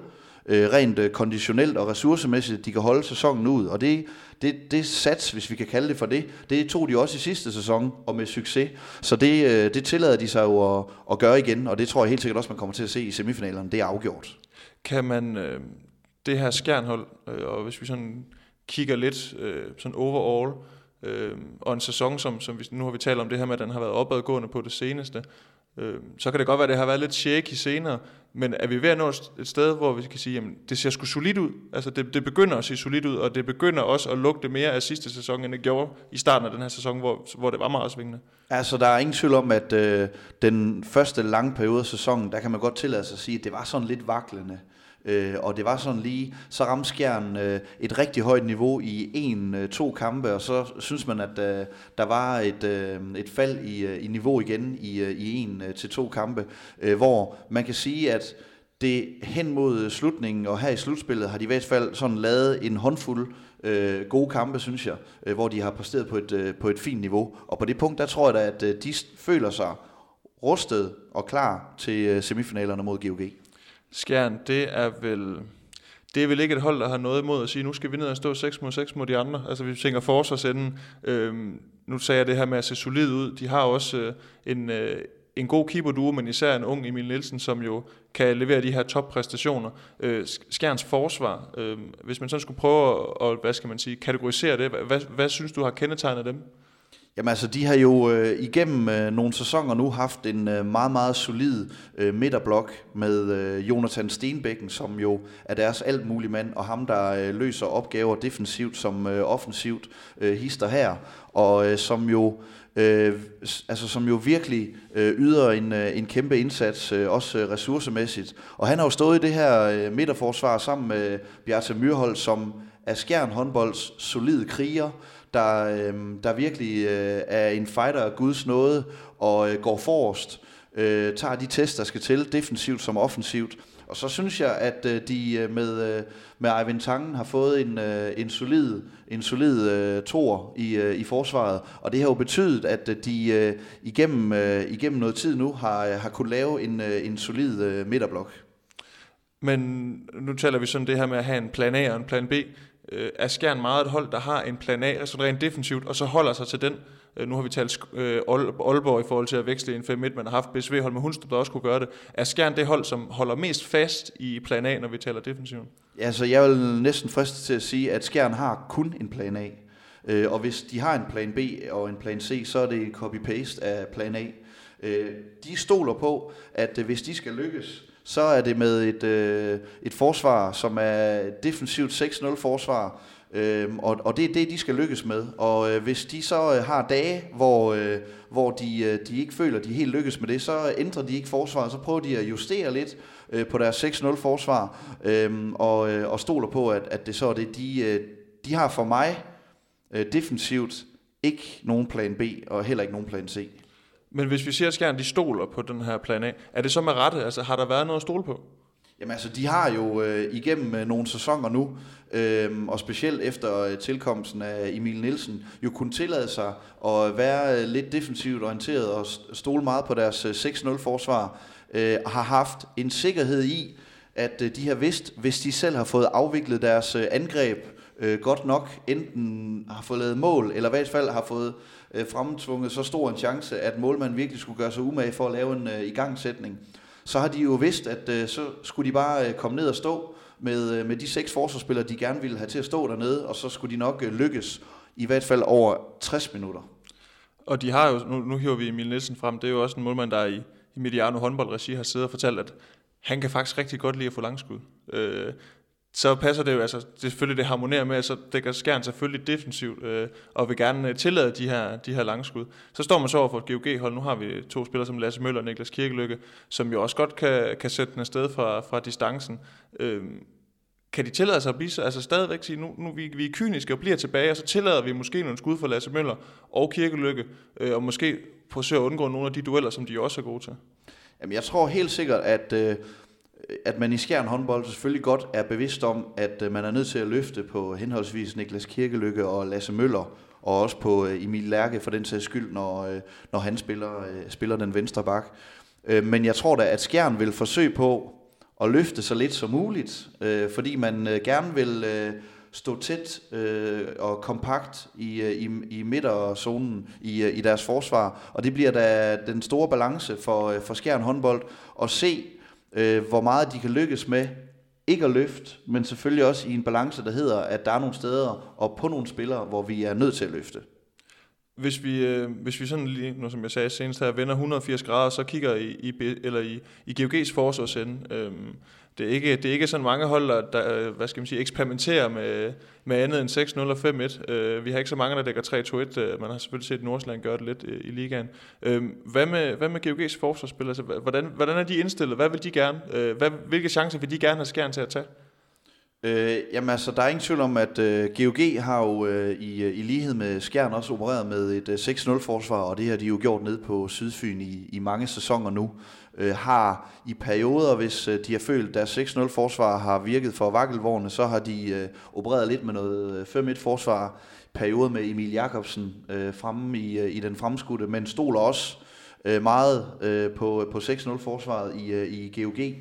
rent konditionelt og ressourcemæssigt, de kan holde sæsonen ud, og det, det, det sats, hvis vi kan kalde det for det, det tog de også i sidste sæson, og med succes, så det, det tillader de sig jo at, at gøre igen, og det tror jeg helt sikkert også, man kommer til at se i semifinalerne, det er afgjort. Kan man, øh, det her Skjernhold, øh, og hvis vi sådan kigger lidt øh, sådan overall, Øh, og en sæson, som, som vi, nu har vi talt om det her med, at den har været opadgående på det seneste, øh, så kan det godt være, at det har været lidt shaky senere, men er vi ved at nå et sted, hvor vi kan sige, jamen det ser sgu solidt ud, altså det, det begynder at se solidt ud, og det begynder også at lugte mere af sidste sæson, end det gjorde i starten af den her sæson, hvor, hvor det var meget svingende. Altså der er ingen tvivl om, at øh, den første lange periode af sæsonen, der kan man godt tillade sig at sige, at det var sådan lidt vaklende. Øh, og det var sådan lige, så ramte Skjern øh, et rigtig højt niveau i en, øh, to kampe, og så synes man, at øh, der var et, øh, et fald i, øh, i niveau igen i, øh, i en øh, til to kampe, øh, hvor man kan sige, at det hen mod slutningen, og her i slutspillet, har de i hvert fald sådan lavet en håndfuld øh, gode kampe, synes jeg, øh, hvor de har præsteret på et, øh, på et fint niveau, og på det punkt, der tror jeg da, at øh, de føler sig rustet og klar til øh, semifinalerne mod G O G. Skjern, det er vel det er vel ikke et hold, der har noget imod at sige, nu skal vi ned og stå seks mod seks mod de andre. Altså vi tænker forsvarsenden. Øhm, nu sagde jeg det her med at se solid ud. De har også øh, en, øh, en god keeperduo, men især en ung Emil Nielsen, som jo kan levere de her toppræstationer. Øh, Skjerns forsvar, øh, hvis man sådan skulle prøve at, hvad skal man sige, kategorisere det, hvad, hvad, hvad synes du har kendetegnet dem? Jamen altså, de har jo øh, igennem øh, nogle sæsoner nu haft en øh, meget, meget solid øh, midterblok med øh, Jonathan Stenbækken, som jo er deres alt mulig mand, og ham, der øh, løser opgaver defensivt som øh, offensivt øh, hister her, og øh, som jo øh, altså som jo virkelig øh, yder en, øh, en kæmpe indsats, øh, også øh, ressourcemæssigt. Og han har jo stået i det her øh, midterforsvar sammen med Bjarte Myrhold, som er Skjern håndbolds solide kriger, der, øh, der virkelig øh, er en fighter af Guds nåde og øh, går forrest øh, tager de tests, der skal til, defensivt som offensivt. Og så synes jeg, at øh, de med, øh, med Eivind Tangen har fået en, øh, en solid, en solid øh, toer i, øh, i forsvaret. Og det har jo betydet, at de øh, igennem, øh, igennem noget tid nu har, har kunnet lave en, øh, en solid øh, midterblok. Men nu taler vi sådan det her med at have en plan A og en plan B. Øh, er Skjern meget et hold, der har en plan A, altså rent defensivt, og så holder sig til den? Øh, nu har vi talt øh, Aalborg i forhold til at veksle en fem et, man har haft B S V-hold med Hundstrup, der også kunne gøre det. Er Skjern det hold, som holder mest fast i plan A, når vi taler defensiven? Ja, altså jeg vil næsten friste til at sige, at Skjern har kun en plan A. Øh, og hvis de har en plan B og en plan C, så er det en copy-paste af plan A. Øh, de stoler på, at øh, hvis de skal lykkes, så er det med et, øh, et forsvar, som er defensivt seks nul forsvar, øh, og, og det er det, de skal lykkes med. Og øh, hvis de så øh, har dage, hvor, øh, hvor de, øh, de ikke føler, at de helt lykkes med det, så ændrer de ikke forsvaret, så prøver de at justere lidt øh, på deres seks nul forsvar, øh, og, øh, og stoler på, at, at det så er det, de, øh, de har for mig øh, defensivt ikke nogen plan B, og heller ikke nogen plan C. Men hvis vi siger, at Skjern de stoler på den her plan A, er det så med rette? Altså har der været noget at stole på? Jamen altså, de har jo øh, igennem øh, nogle sæsoner nu, øh, og specielt efter øh, tilkomsten af Emil Nielsen, jo kunne tillade sig at være øh, lidt defensivt orienteret og stole meget på deres øh, seks nul forsvar, øh, har haft en sikkerhed i, at øh, de har vidst, hvis de selv har fået afviklet deres øh, angreb øh, godt nok, enten har fået lavet mål, eller i hvert fald har fået øh, fremtvunget så stor en chance, at målmanden virkelig skulle gøre sig umage for at lave en øh, igangsætning, så har de jo vidst, at øh, så skulle de bare øh, komme ned og stå med, øh, med de seks forsvarsspillere, de gerne ville have til at stå dernede, og så skulle de nok øh, lykkes, i hvert fald over tres minutter. Og de har jo, nu, nu hiver vi Emil Nielsen frem, det er jo også en målmand, der i, i Mediano håndboldregi har siddet og fortalt, at han kan faktisk rigtig godt lide at få langskud. Øh, så passer det jo, altså det selvfølgelig det harmonerer med, så dækker Skjern selvfølgelig defensivt, øh, og vil gerne tillade de her, de her langskud. Så står man så over for et G O G-hold, nu har vi to spillere som Lasse Møller og Niklas Kirkelykke, som jo også godt kan, kan sætte den afsted fra, fra distancen. Øh, kan de tillade sig at blive, altså stadigvæk sige, nu, nu vi, vi er kyniske og bliver tilbage, og så tillader vi måske nogle skud fra Lasse Møller og Kirkelykke, øh, og måske forsøger at undgå nogle af de dueller, som de også er gode til? Jamen jeg tror helt sikkert, at øh at man i Skjern håndbold selvfølgelig godt er bevidst om, at man er nødt til at løfte på henholdsvis Niklas Kirkelykke og Lasse Møller, og også på Emil Lærke for den sags skyld, når, når han spiller, spiller den venstre bak. Men jeg tror da, at Skjern vil forsøge på at løfte så lidt som muligt, fordi man gerne vil stå tæt og kompakt i, i, i midterzonen i, i deres forsvar, og det bliver da den store balance for, for Skjern håndbold at se, Øh, hvor meget de kan lykkes med ikke at løfte, men selvfølgelig også i en balance, der hedder, at der er nogle steder og på nogle spillere, hvor vi er nødt til at løfte. Hvis vi, øh, hvis vi sådan lige, nu som jeg sagde senest her, vender et hundrede og firs grader, så kigger i, i, eller i, i G O G's forsvarsende. Øh, det, er ikke, det er ikke sådan mange hold, der hvad skal man sige, eksperimenterer med, med andet end seks nul og fem et. Øh, vi har ikke så mange, der dækker tre to et. Man har selvfølgelig set Nordsjælland gøre det lidt i, i ligaen. Øh, hvad, med, hvad med G O G's forsvarsspil? Altså, hvordan, hvordan er de indstillet? Hvad vil de gerne? Øh, hvad, hvilke chancer vil de gerne have Skjern til at tage? Øh, jamen altså, der er ingen tvivl om, at øh, G O G har jo øh, i, i lighed med Skjern også opereret med et øh, seks nul forsvar, og det har de jo gjort ned på Sydfyn i, i mange sæsoner nu. Øh, har i perioder, hvis øh, de har følt, at deres seks nul forsvar har virket for vakkelvorne, så har de øh, opereret lidt med noget fem et forsvar. Perioder med Emil Jakobsen øh, fremme i, øh, i den fremskudte, men stoler også øh, meget øh, på, på seks nul forsvaret i, øh, i G O G.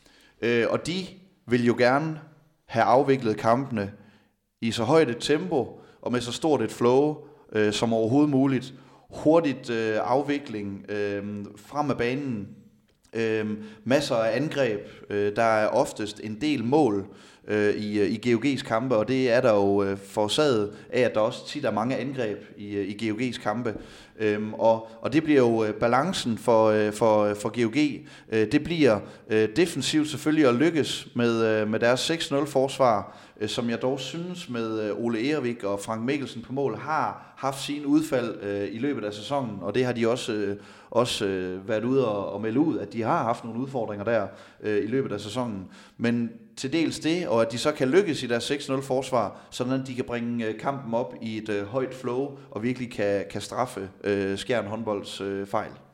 Øh, og de vil jo gerne have afviklet kampene i så højt et tempo og med så stort et flow øh, som overhovedet muligt. Hurtigt øh, afvikling øh, frem af banen, øh, masser af angreb. Øh, der er oftest en del mål øh, i, i G O G's kampe, og det er der jo øh, forårsaget af, at der også tit er mange angreb i, i G O G's kampe. Øhm, og, og det bliver jo øh, balancen for, øh, for, for G O G. Øh, det bliver øh, defensivt selvfølgelig at lykkes med, øh, med deres seks nul forsvar, øh, som jeg dog synes med øh, Ole Ervik og Frank Mikkelsen på mål har haft sine udfald øh, i løbet af sæsonen, og det har de også, øh, også øh, været ude og, og melde ud, at de har haft nogle udfordringer der øh, i løbet af sæsonen. Men til dels det, og at de så kan lykkes i deres seks nul forsvar, sådan at de kan bringe øh, kampen op i et øh, højt flow, og virkelig kan, kan straffe øh, Skjern håndbolds øh, fejl.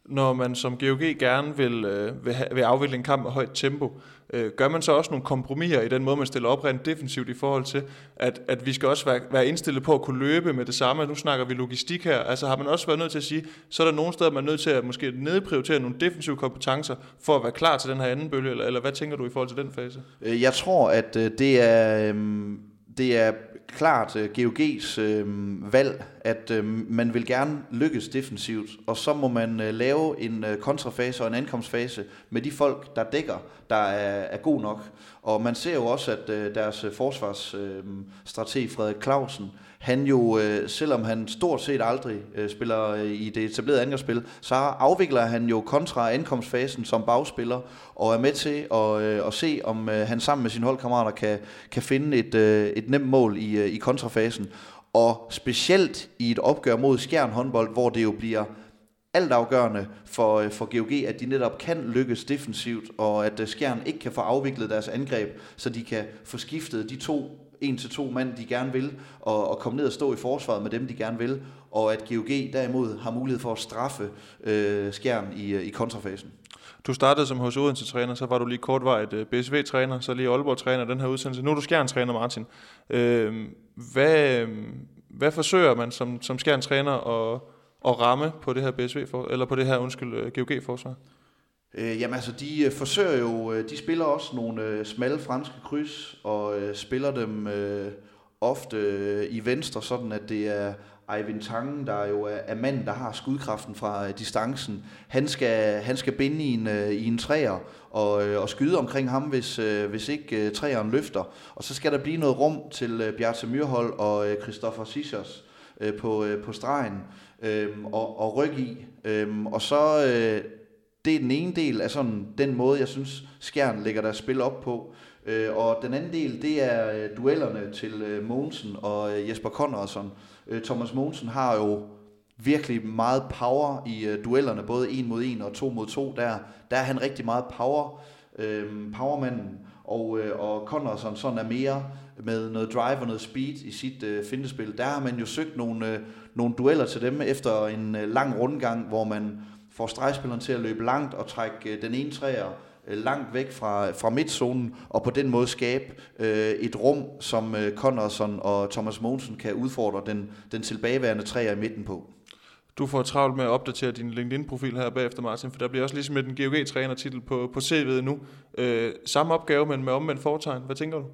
når man som G O G gerne vil, øh, vil, have, vil afvikle en kamp med højt tempo, øh, gør man så også nogle kompromiser i den måde, man stiller op rent defensivt i forhold til, at, at vi skal også være, være indstillet på at kunne løbe med det samme. Nu snakker vi logistik her. Altså har man også været nødt til at sige, så er der nogle steder, man er nødt til at måske nedprioritere nogle defensive kompetencer for at være klar til den her anden bølge, eller, eller hvad tænker du i forhold til den fase? Jeg tror, at det er... Øh... Det er klart uh, G O G's øh, valg, at øh, man vil gerne lykkes defensivt, og så må man øh, lave en øh, kontrafase og en ankomstfase med de folk, der dækker, der er, er god nok. Og man ser jo også, at øh, deres forsvarsstrateg øh, Frederik Clausen, han jo, øh, selvom han stort set aldrig øh, spiller øh, i det etablerede angrebsspil, så afvikler han jo kontra ankomstfasen som bagspiller, og er med til at, øh, at se, om øh, han sammen med sine holdkammerater kan, kan finde et, øh, et nemt mål i, øh, i kontrafasen. Og specielt i et opgør mod Skjern håndbold, hvor det jo bliver altafgørende for, for G O G, at de netop kan lykkes defensivt, og at Skjern ikke kan få afviklet deres angreb, så de kan få skiftet de to, en til to mand, de gerne vil, og, og komme ned og stå i forsvaret med dem, de gerne vil, og at G O G derimod har mulighed for at straffe øh, Skjern i, i kontrafasen. Du startede som H C Odense-træner, så var du lige kortvarigt B S V-træner, så lige Aalborg-træner den her udsendelse. Nu er du Skjern-træner, Martin. Øh, hvad, hvad forsøger man som, som Skjern-træner at, at ramme på det her B S V for, eller på det her undskyld G O G-forsvar? Øh, jamen altså, de øh, forsøger jo, øh, de spiller også nogle øh, smalle franske kryds, og øh, spiller dem øh, ofte øh, i venstre, sådan at det er Eivind Tangen, der jo er, er manden, der har skudkraften fra øh, distancen. Han skal, han skal binde i en, øh, i en træer og, øh, og skyde omkring ham, hvis, øh, hvis ikke øh, træeren løfter. Og så skal der blive noget rum til øh, Bjarte Myrhold og øh, Christoffer Sichers øh, på, øh, på stregen øh, og, og ryg i. Øh, og så... Øh, Det er den ene del af sådan den måde, jeg synes, Skjern lægger deres spil op på. Øh, og den anden del, det er øh, duellerne til øh, Mogensen og øh, Jesper Conradsson. Øh, Thomas Mogensen har jo virkelig meget power i øh, duellerne, både en mod en og to mod to. Der, der er han rigtig meget power, øh, powermanden, og, øh, og Conradsson sådan er mere med noget drive og noget speed i sit øh, fintespil. Der har man jo søgt nogle, øh, nogle dueller til dem efter en øh, lang rundgang, hvor man får stregspilleren til at løbe langt og trække den ene træer langt væk fra, fra midtzonen, og på den måde skabe øh, et rum, som øh, Conradsson og Thomas Mogensen kan udfordre den, den tilbageværende træer i midten på. Du får travlt med at opdatere din LinkedIn-profil her bagefter, Martin, for der bliver også ligesom med den G O G-træner-titel på, på C V'et nu. Øh, samme opgave, men med omvendt foretegn. Hvad tænker du?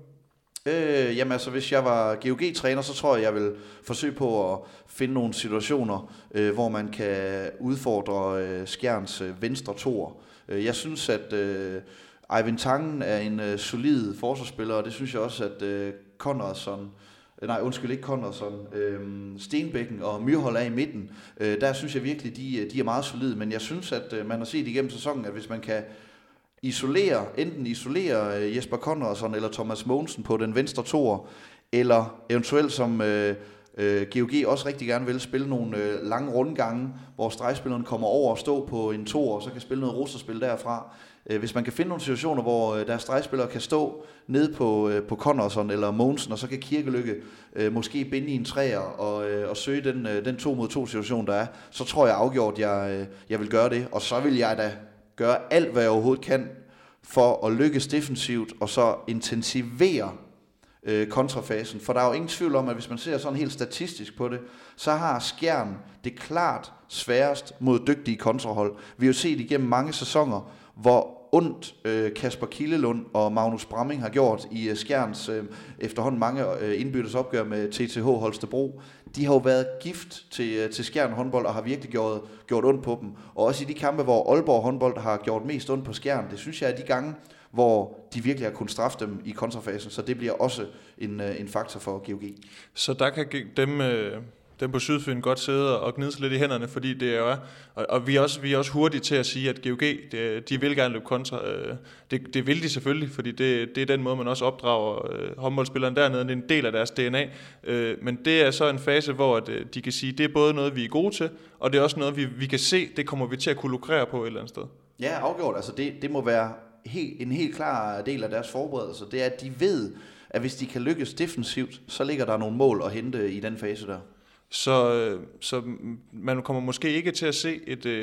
Øh, jamen altså, hvis jeg var G O G-træner, så tror jeg, jeg vil forsøge på at finde nogle situationer, øh, hvor man kan udfordre øh, Skjerns øh, venstre toer. Øh, jeg synes, at øh, Eivind Tangen er en øh, solid forsvarsspiller, og det synes jeg også, at øh, Conradsson, nej undskyld ikke Conradsson, øh, Stenbækken og Myrhold er i midten. Øh, der synes jeg virkelig, de, de er meget solide, men jeg synes, at øh, man har set igennem sæsonen, at hvis man kan isolere, enten isolere Jesper Conradsson eller Thomas Mogensen på den venstre toer, eller eventuelt som øh, øh, G O G også rigtig gerne vil spille nogle øh, lange rundgange, hvor stregspilleren kommer over og stå på en toer, og så kan spille noget russerspil derfra. Øh, hvis man kan finde nogle situationer, hvor øh, deres stregspillere kan stå ned på, øh, på Conradsson eller Mogensen, og så kan Kirkelykke øh, måske binde i en træer og, øh, og søge den, øh, den to mod to situation, der er, så tror jeg afgjort, jeg, øh, jeg vil gøre det, og så vil jeg da gøre alt, hvad jeg overhovedet kan, for at lykkes defensivt, og så intensivere øh, kontrafasen. For der er jo ingen tvivl om, at hvis man ser sådan helt statistisk på det, så har Skjern det klart sværest mod dygtige kontrahold. Vi har jo set igennem mange sæsoner, hvor ondt øh, Kasper Kildelund og Magnus Bramming har gjort i øh, Skjerns øh, efterhånden mange øh, indbyttes opgør med T T H Holstebro. De har jo været gift til, øh, til Skjern håndbold og har virkelig gjort, gjort ondt på dem. Og også i de kampe, hvor Aalborg håndbold har gjort mest ondt på Skjern, det synes jeg er de gange, hvor de virkelig har kunnet straffe dem i kontrafasen. Så det bliver også en, øh, en faktor for G O G. Så der kan dem... Øh dem på Sydfyn godt sidde og gnide sig lidt i hænderne, fordi det er jo, og, og vi er også vi er også hurtige til at sige, at G O G, det, de vil gerne løbe kontra. Det, det vil de selvfølgelig, fordi det, det er den måde, man også opdrager øh, håndboldspilleren dernede. Det er en del af deres D N A. Øh, men det er så en fase, hvor at, de kan sige, det er både noget, vi er gode til, og det er også noget, vi, vi kan se, det kommer vi til at kunne lukrere på et eller andet sted. Ja, afgjort. Altså det, det må være helt, en helt klar del af deres forberedelse. Det er, at de ved, at hvis de kan lykkes defensivt, så ligger der nogle mål at hente i den fase der. Så, så man kommer måske ikke til at se et,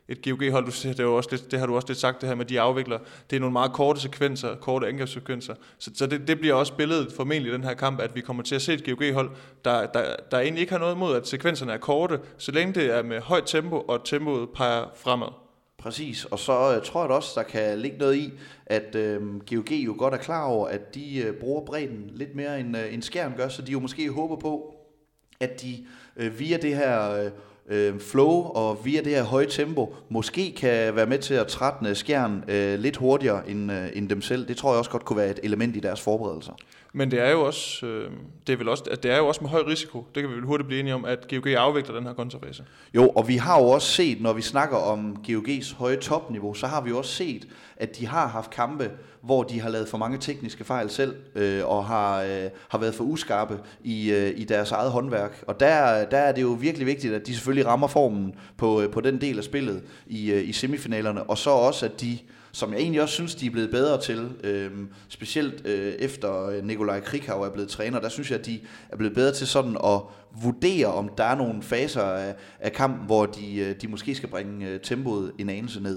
et G O G-hold, du siger, det, er jo også lidt, det har du også lidt sagt, det her med de afvikler, det er nogle meget korte sekvenser, korte angrebssekvenser, så, så det, det bliver også billedet formentlig i den her kamp, at vi kommer til at se et G O G-hold, der, der, der egentlig ikke har noget imod, at sekvenserne er korte, så længe det er med højt tempo, og tempoet peger fremad. Præcis, og så øh, tror jeg da også, der kan ligge noget i, at øh, G O G jo godt er klar over, at de øh, bruger bredden lidt mere end, øh, end Skjern gør, så de jo måske håber på, at de øh, via det her øh, flow og via det her høje tempo, måske kan være med til at trætne Skjern øh, lidt hurtigere end, øh, end dem selv. Det tror jeg også godt kunne være et element i deres forberedelser. Men det er jo også, øh, det er vel også, at det er jo også med høj risiko. Det kan vi vel hurtigt blive enige om, at G O G afvikler den her kontrafase. Jo, og vi har jo også set, når vi snakker om G O G's høje topniveau, så har vi jo også set, at de har haft kampe, hvor de har lavet for mange tekniske fejl selv, øh, og har, øh, har været for uskarpe i, øh, i deres eget håndværk. Og der, der er det jo virkelig vigtigt, at de selvfølgelig rammer formen på, på den del af spillet i, øh, i semifinalerne, og så også, at de, som jeg egentlig også synes, de er blevet bedre til, øh, specielt øh, efter Nikolaj Krikau er blevet træner, der synes jeg, at de er blevet bedre til sådan at vurdere, om der er nogle faser af, af kampen, hvor de, de måske skal bringe tempoet en anelse ned.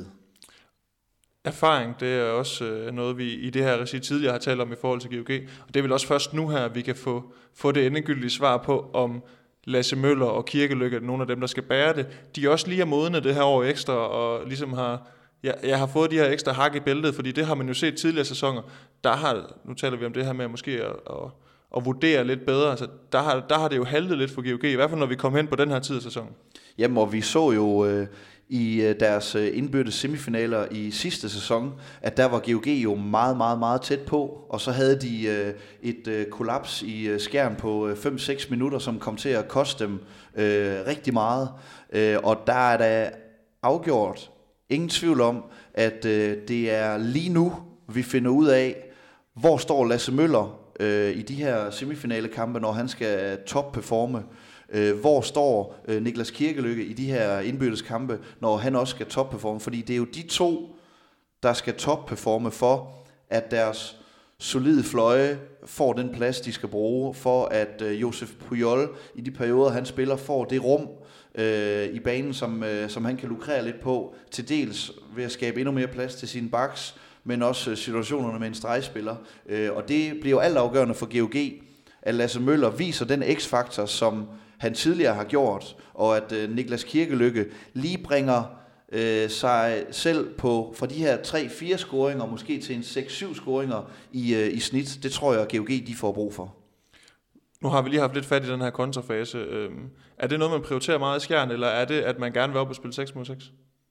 Erfaring, det er også øh, noget, vi i det her regi tidligere har talt om i forhold til G O G, og det er vel også først nu her, vi kan få, få det endegyldige svar på, om Lasse Møller og Kirkelykke, nogle af dem, der skal bære det, de også lige er modne det her år ekstra, og ligesom har, ja, jeg har fået de her ekstra hak i bæltet, fordi det har man jo set tidligere sæsoner, der har, nu taler vi om det her med måske at, at, at vurdere lidt bedre, altså der har, der har det jo haltet lidt for G O G, i hvert fald når vi kom hen på den her tid af sæsonen. Jamen, og vi så jo øh, i deres indbyrdes semifinaler i sidste sæson, at der var G O G jo meget, meget, meget tæt på, og så havde de øh, et øh, kollaps i øh, Skjern på fem seks minutter, som kom til at koste dem øh, rigtig meget, øh, og der er der afgjort ingen tvivl om, at øh, det er lige nu, vi finder ud af, hvor står Lasse Møller øh, i de her semifinalekampe, når han skal topperforme. Øh, hvor står øh, Niklas Kirkelykke i de her indbyrdes kampe, når han også skal topperforme. Fordi det er jo de to, der skal topperforme for, at deres solide fløje får den plads, de skal bruge, for at øh, Josef Pujol i de perioder, han spiller, får det rum øh, i banen, som, øh, som han kan lukrere lidt på, til dels ved at skabe endnu mere plads til sine backs, men også øh, situationerne med en stregspiller. Øh, og det bliver jo altafgørende for G O G, at Lasse Møller viser den x-faktor, som han tidligere har gjort, og at øh, Niklas Kirkelykke lige bringer øh, sig selv på fra de her tre fire scoringer, måske til en seks syv scoringer i, øh, i snit. Det tror jeg, at G O G de får brug for. Nu har vi lige haft lidt fat i den her kontrafase. Øhm, er det noget, man prioriterer meget i Skjern, eller er det, at man gerne vil op og spille seks mod seks?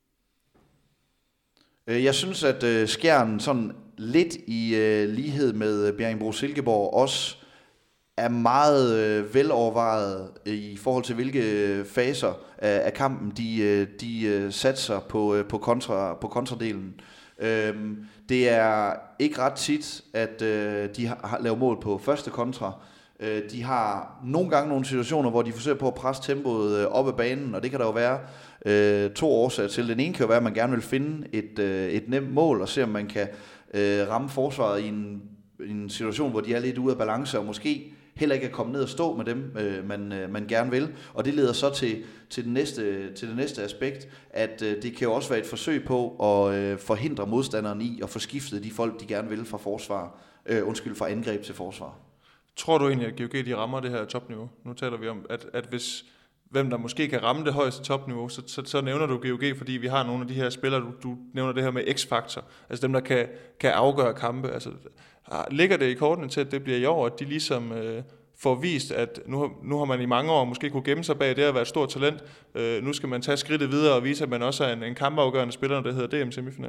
Jeg synes, at øh, Skjern sådan lidt i øh, lighed med Bjerringbro-Silkeborg også er meget øh, velovervejet i forhold til hvilke faser af, af kampen de, øh, de øh, satser på, øh, på, kontra, på kontradelen. Øhm, det er ikke ret tit, at øh, de har, har lavet mål på første kontra. Øh, de har nogle gange nogle situationer, hvor de forsøger på at presse tempoet øh, op ad banen, og det kan der jo være øh, to årsager til. Den ene kan jo være, at man gerne vil finde et, øh, et nemt mål og se, om man kan øh, ramme forsvaret i en, en situation, hvor de er lidt ude af balance, og måske heller ikke at komme ned og stå med dem, øh, man, øh, man gerne vil. Og det leder så til, til, den næste, til det næste aspekt, at øh, det kan jo også være et forsøg på at øh, forhindre modstanderen i at få skiftet de folk, de gerne vil fra forsvar, øh, undskyld, fra angreb til forsvar. Tror du egentlig, at G O G de rammer det her topniveau? Nu taler vi om, at, at hvis hvem der måske kan ramme det højeste topniveau, så, så, så nævner du G O G, fordi vi har nogle af de her spillere, du, du nævner det her med X-faktor, altså dem, der kan, kan afgøre kampe. Altså, ligger det i kortene til, at det bliver i år, at de ligesom øh, får vist, at nu, nu har man i mange år måske kunne gemme sig bag det at være et stort talent. Øh, nu skal man tage skridtet videre og vise, at man også er en, en kampafgørende spiller, der hedder D M-semifinal.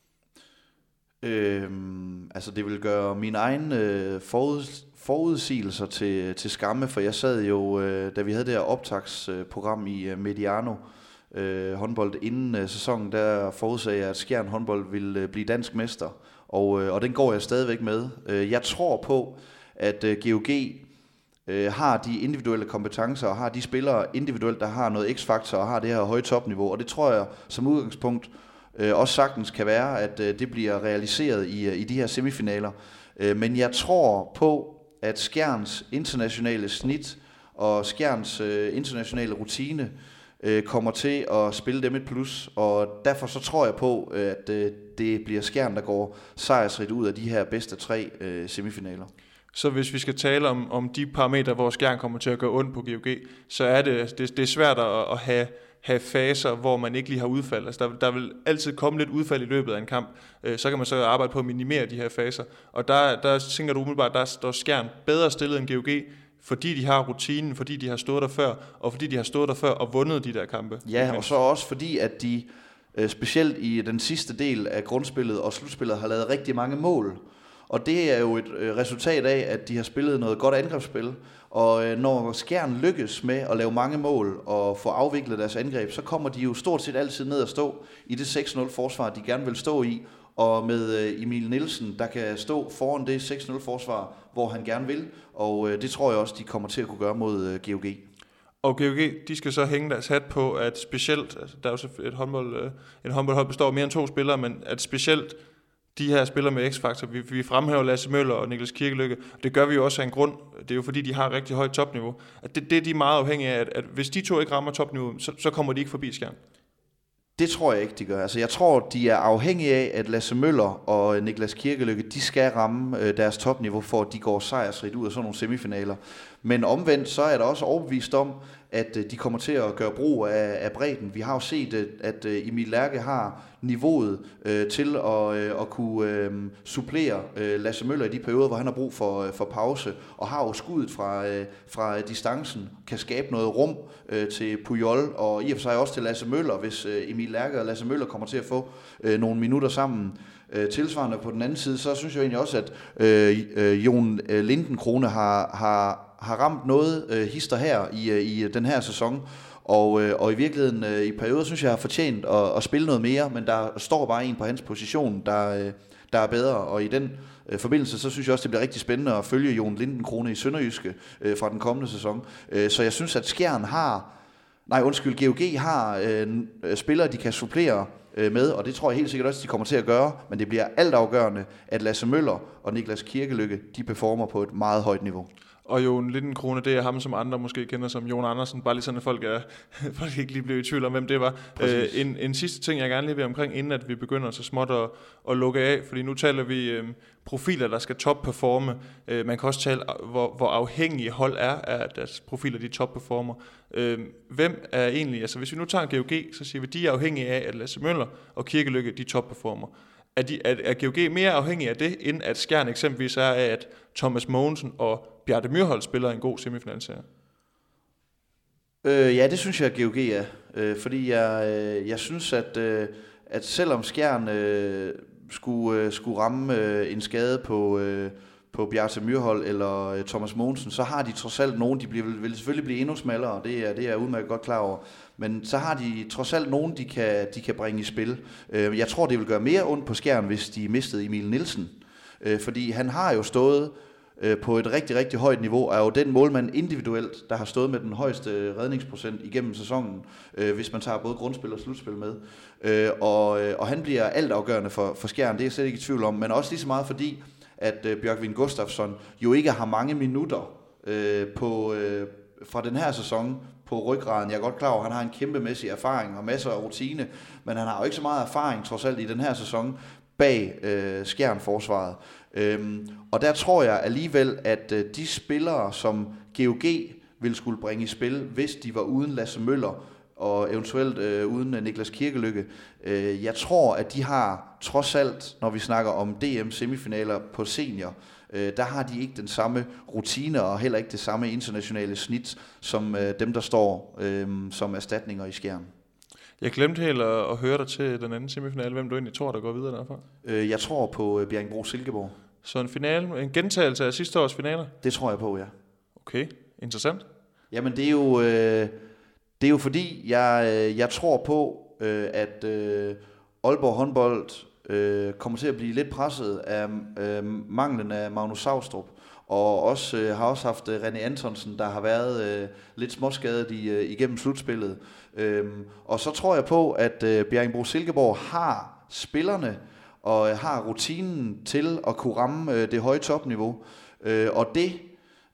Øhm, altså det vil gøre min egen øh, forud, forudsigelser til, til skamme, for jeg sad jo, øh, da vi havde det her optagsprogram i øh, Mediano øh, håndbold inden øh, sæsonen, der forudsagde jeg, at Skjern håndbold ville øh, blive dansk mester, og, øh, og den går jeg stadigvæk med. Øh, jeg tror på, at øh, G O G øh, har de individuelle kompetencer, og har de spillere individuelt, der har noget x-faktor, og har det her høje topniveau, og det tror jeg som udgangspunkt øh, også sagtens kan være, at øh, det bliver realiseret i, i de her semifinaler. Øh, men jeg tror på, at Skjerns internationale snit og Skjerns øh, internationale rutine øh, kommer til at spille dem et plus, og derfor så tror jeg på, at øh, det bliver Skjern, der går sejrsrigt ud af de her bedste tre øh, semifinaler. Så hvis vi skal tale om, om de parametre, hvor Skjern kommer til at gøre ondt på G O G, så er det, det, det er svært at, at have, have faser, hvor man ikke lige har udfald. Altså der, der vil altid komme lidt udfald i løbet af en kamp. Øh, så kan man så arbejde på at minimere de her faser. Og der, der tænker du umiddelbart, der står Skjern bedre stillet end G O G, fordi de har rutinen, fordi de har stået der før, og fordi de har stået der før og vundet de der kampe. Ja, og så også fordi, at de øh, specielt i den sidste del af grundspillet og slutspillet har lavet rigtig mange mål. Og det er jo et øh, resultat af, at de har spillet noget godt angrebsspil. Og øh, når Skjern lykkes med at lave mange mål og få afviklet deres angreb, så kommer de jo stort set altid ned og stå i det seks nul forsvar, de gerne vil stå i. Og med øh, Emil Nielsen, der kan stå foran det seks nul forsvar, hvor han gerne vil. Og øh, det tror jeg også, de kommer til at kunne gøre mod øh, G O G. Og G O G, de skal så hænge deres hat på, at specielt, altså der er jo så et håndbold, øh, en håndboldhold består af mere end to spillere, men at specielt de her spillere med X-faktor, vi, vi fremhæver Lasse Møller og Niklas Kirkelykke, det gør vi jo også af en grund, det er jo fordi, de har rigtig højt topniveau. At det, det er de meget afhængige af, at, at hvis de to ikke rammer topniveau, så, så kommer de ikke forbi Skjern. Det tror jeg ikke, de gør. Altså, jeg tror, de er afhængige af, at Lasse Møller og Niklas Kirkelykke, de skal ramme øh, deres topniveau, for at de går sejrsrigt ud af sådan nogle semifinaler. Men omvendt, så er der også overbevist om, at øh, de kommer til at gøre brug af, af bredden. Vi har jo set, øh, at øh, Emil Lærke har niveauet øh, til at, øh, at kunne øh, supplere øh, Lasse Møller i de perioder, hvor han har brug for, øh, for pause, og har jo skuddet fra, øh, fra distancen, kan skabe noget rum øh, til Pujol, og i og for sig også til Lasse Møller, hvis øh, Emil Lærke og Lasse Møller kommer til at få øh, nogle minutter sammen. Øh, tilsvarende på den anden side, så synes jeg egentlig også, at øh, øh, Jon Lindenkrone har, har, har ramt noget øh, hister her i, øh, i den her sæson, og, øh, og i virkeligheden øh, i perioder synes jeg har fortjent at, at spille noget mere, men der står bare en på hans position, der, øh, der er bedre, og i den øh, forbindelse, så synes jeg også, det bliver rigtig spændende at følge Jon Lindenkrone i Sønderjyske øh, fra den kommende sæson. Øh, så jeg synes, at Skjern har, nej undskyld, G O G har øh, spillere, de kan supplere med, og det tror jeg helt sikkert også, de kommer til at gøre, men det bliver altafgørende, at Lasse Møller og Niklas Kirkelykke, de performer på et meget højt niveau. Og Jon Lindenkrone, det er ham, som andre måske kender som Jon Andersen, bare lige sådan, at folk, er, folk ikke lige blev i tvivl om, hvem det var. Øh, en, en sidste ting, jeg gerne lige vil omkring, inden at vi begynder så småt at, at lukke af, fordi nu taler vi øh, profiler, der skal top-performe. Øh, man kan også tale, hvor, hvor afhængige hold er af, at deres profiler, de top-performer. Øh, hvem er egentlig, altså hvis vi nu tager G O G, så siger vi, at de er afhængige af, at Lasse Møller og Kirkelykke, de top-performer. Er, de, er, er G O G mere afhængig af det, end at Skjern eksempelvis er af, at Thomas Mogensen og Bjarte Myrhold spiller en god semifinalserie? Øh, ja, det synes jeg, at G O G er. Øh, fordi jeg, øh, jeg synes, at, øh, at selvom Skjern øh, skulle, øh, skulle ramme øh, en skade på, øh, på Bjarte Myrhold eller øh, Thomas Mogensen, så har de trods alt nogen, de bliver, vil selvfølgelig blive endnu smallere, det er, det er jeg udmærket godt klar over. Men så har de trods alt nogen, de kan, de kan bringe i spil. Øh, jeg tror, det vil gøre mere ondt på Skjern, hvis de mistede Emil Nielsen. Øh, fordi han har jo stået på et rigtig, rigtig højt niveau, er jo den målmand individuelt, der har stået med den højeste redningsprocent igennem sæsonen, øh, hvis man tager både grundspil og slutspil med. Øh, og, og han bliver altafgørende for, for Skjern, det er jeg slet ikke i tvivl om, men også lige så meget fordi, at øh, Bjørkvin Gustafsson jo ikke har mange minutter øh, på, øh, fra den her sæson på ryggraden. Jeg er godt klar over, at han har en kæmpemæssig erfaring og masser af rutine, men han har jo ikke så meget erfaring trods alt i den her sæson bag øh, Skjern-forsvaret. Øhm, og der tror jeg alligevel, at øh, de spillere, som G O G ville skulle bringe i spil, hvis de var uden Lasse Møller og eventuelt øh, uden øh, Niklas Kirkelykke, øh, jeg tror, at de har trods alt, når vi snakker om D M-semifinaler på senior, øh, der har de ikke den samme rutine og heller ikke det samme internationale snit, som øh, dem, der står øh, som erstatninger i Skjern. Jeg glemte helt at, at høre dig til den anden semifinale. Hvem du egentlig tror, der går videre derfra? Øh, jeg tror på øh, Bjerringbro-Silkeborg. Så en finale, en gentagelse af sidste års finaler? Det tror jeg på, ja. Okay, interessant. Jamen det er jo, øh, det er jo fordi, jeg, øh, jeg tror på, øh, at øh, Aalborg håndbold øh, kommer til at blive lidt presset af øh, manglen af Magnus Saustrup. Og også, øh, har også haft øh, René Antonsen, der har været øh, lidt småskadet i, øh, igennem slutspillet. Øhm, og så tror jeg på, at øh, Bjerringbro-Silkeborg har spillerne og øh, har rutinen til at kunne ramme øh, det høje topniveau. Øh, og det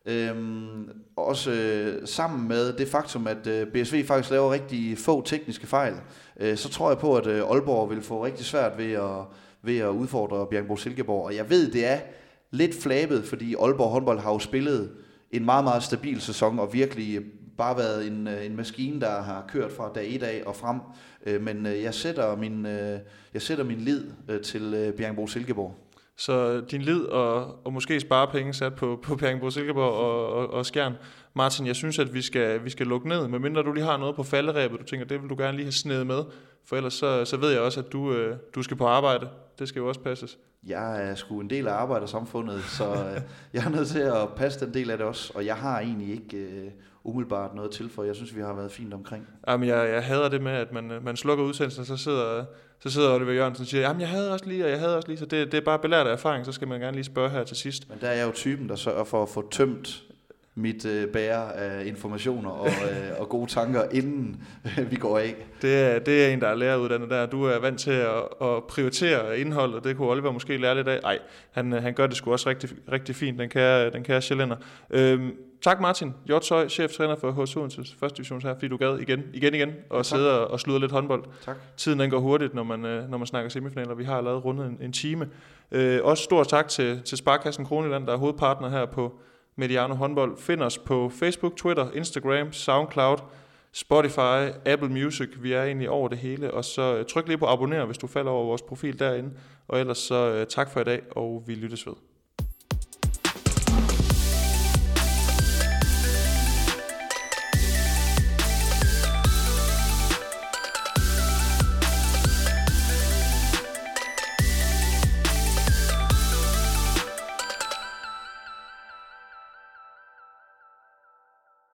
Øhm, også øh, sammen med det faktum, at øh, B S V faktisk laver rigtig få tekniske fejl, øh, så tror jeg på, at øh, Aalborg vil få rigtig svært ved at, ved at udfordre Bjerringbro-Silkeborg. Og jeg ved, det er lidt flabet, fordi Aalborg håndbold har jo spillet en meget, meget stabil sæson, og virkelig bare været en, en maskine, der har kørt fra dag et af og frem. Øh, men øh, jeg, sætter min, øh, jeg sætter min lid øh, til øh, Bjerringbro-Silkeborg. Så din lid og, og måske spare penge sat på, på Bjerringbro-Silkeborg og, og, og Skjern. Martin, jeg synes, at vi skal, vi skal lukke ned, medmindre du lige har noget på falderæbet, du tænker, det vil du gerne lige have snedet med, for ellers så, så ved jeg også, at du, øh, du skal på arbejde. Det skal jo også passes. Jeg er sgu en del af arbejdersamfundet, så øh, jeg er nødt til at passe den del af det også, og jeg har egentlig ikke øh, umiddelbart noget til, for jeg synes, vi har været fint omkring. Jamen, jeg, jeg hader det med, at man, man slukker udsendelsen, og så sidder, så sidder Oliver Jørgensen og siger, jamen, jeg havde også lige, og jeg havde også lige, så det, det er bare belært af erfaring, så skal man gerne lige spørge her til sidst. Men der er jeg jo typen, der sørger for at få tømt mit øh, bære af informationer og, øh, og gode tanker, inden øh, vi går af. Det er, det er en, der er læreruddannet der. Du er vant til at, at prioritere indhold, og det kunne Oliver måske lære lidt af. Nej, han, han gør det sgu også rigtig, rigtig fint, den kære, den kære sjællænder. Øhm, tak Martin Hjortshøj, cheftræner for H C Odenses første division her, fordi du gad igen, igen, igen, og ja, sidde og sludre lidt håndbold. Tak. Tiden den går hurtigt, når man, når man snakker semifinaler. Vi har allerede rundet en, en time. Øh, også stor tak til, til Sparkassen Kronjylland, der er hovedpartner her på Mediano Håndbold. Find os på Facebook, Twitter, Instagram, SoundCloud, Spotify, Apple Music. Vi er egentlig over det hele. Og så tryk lige på abonner, hvis du falder over vores profil derinde. Og ellers så tak for i dag, og vi lyttes ved.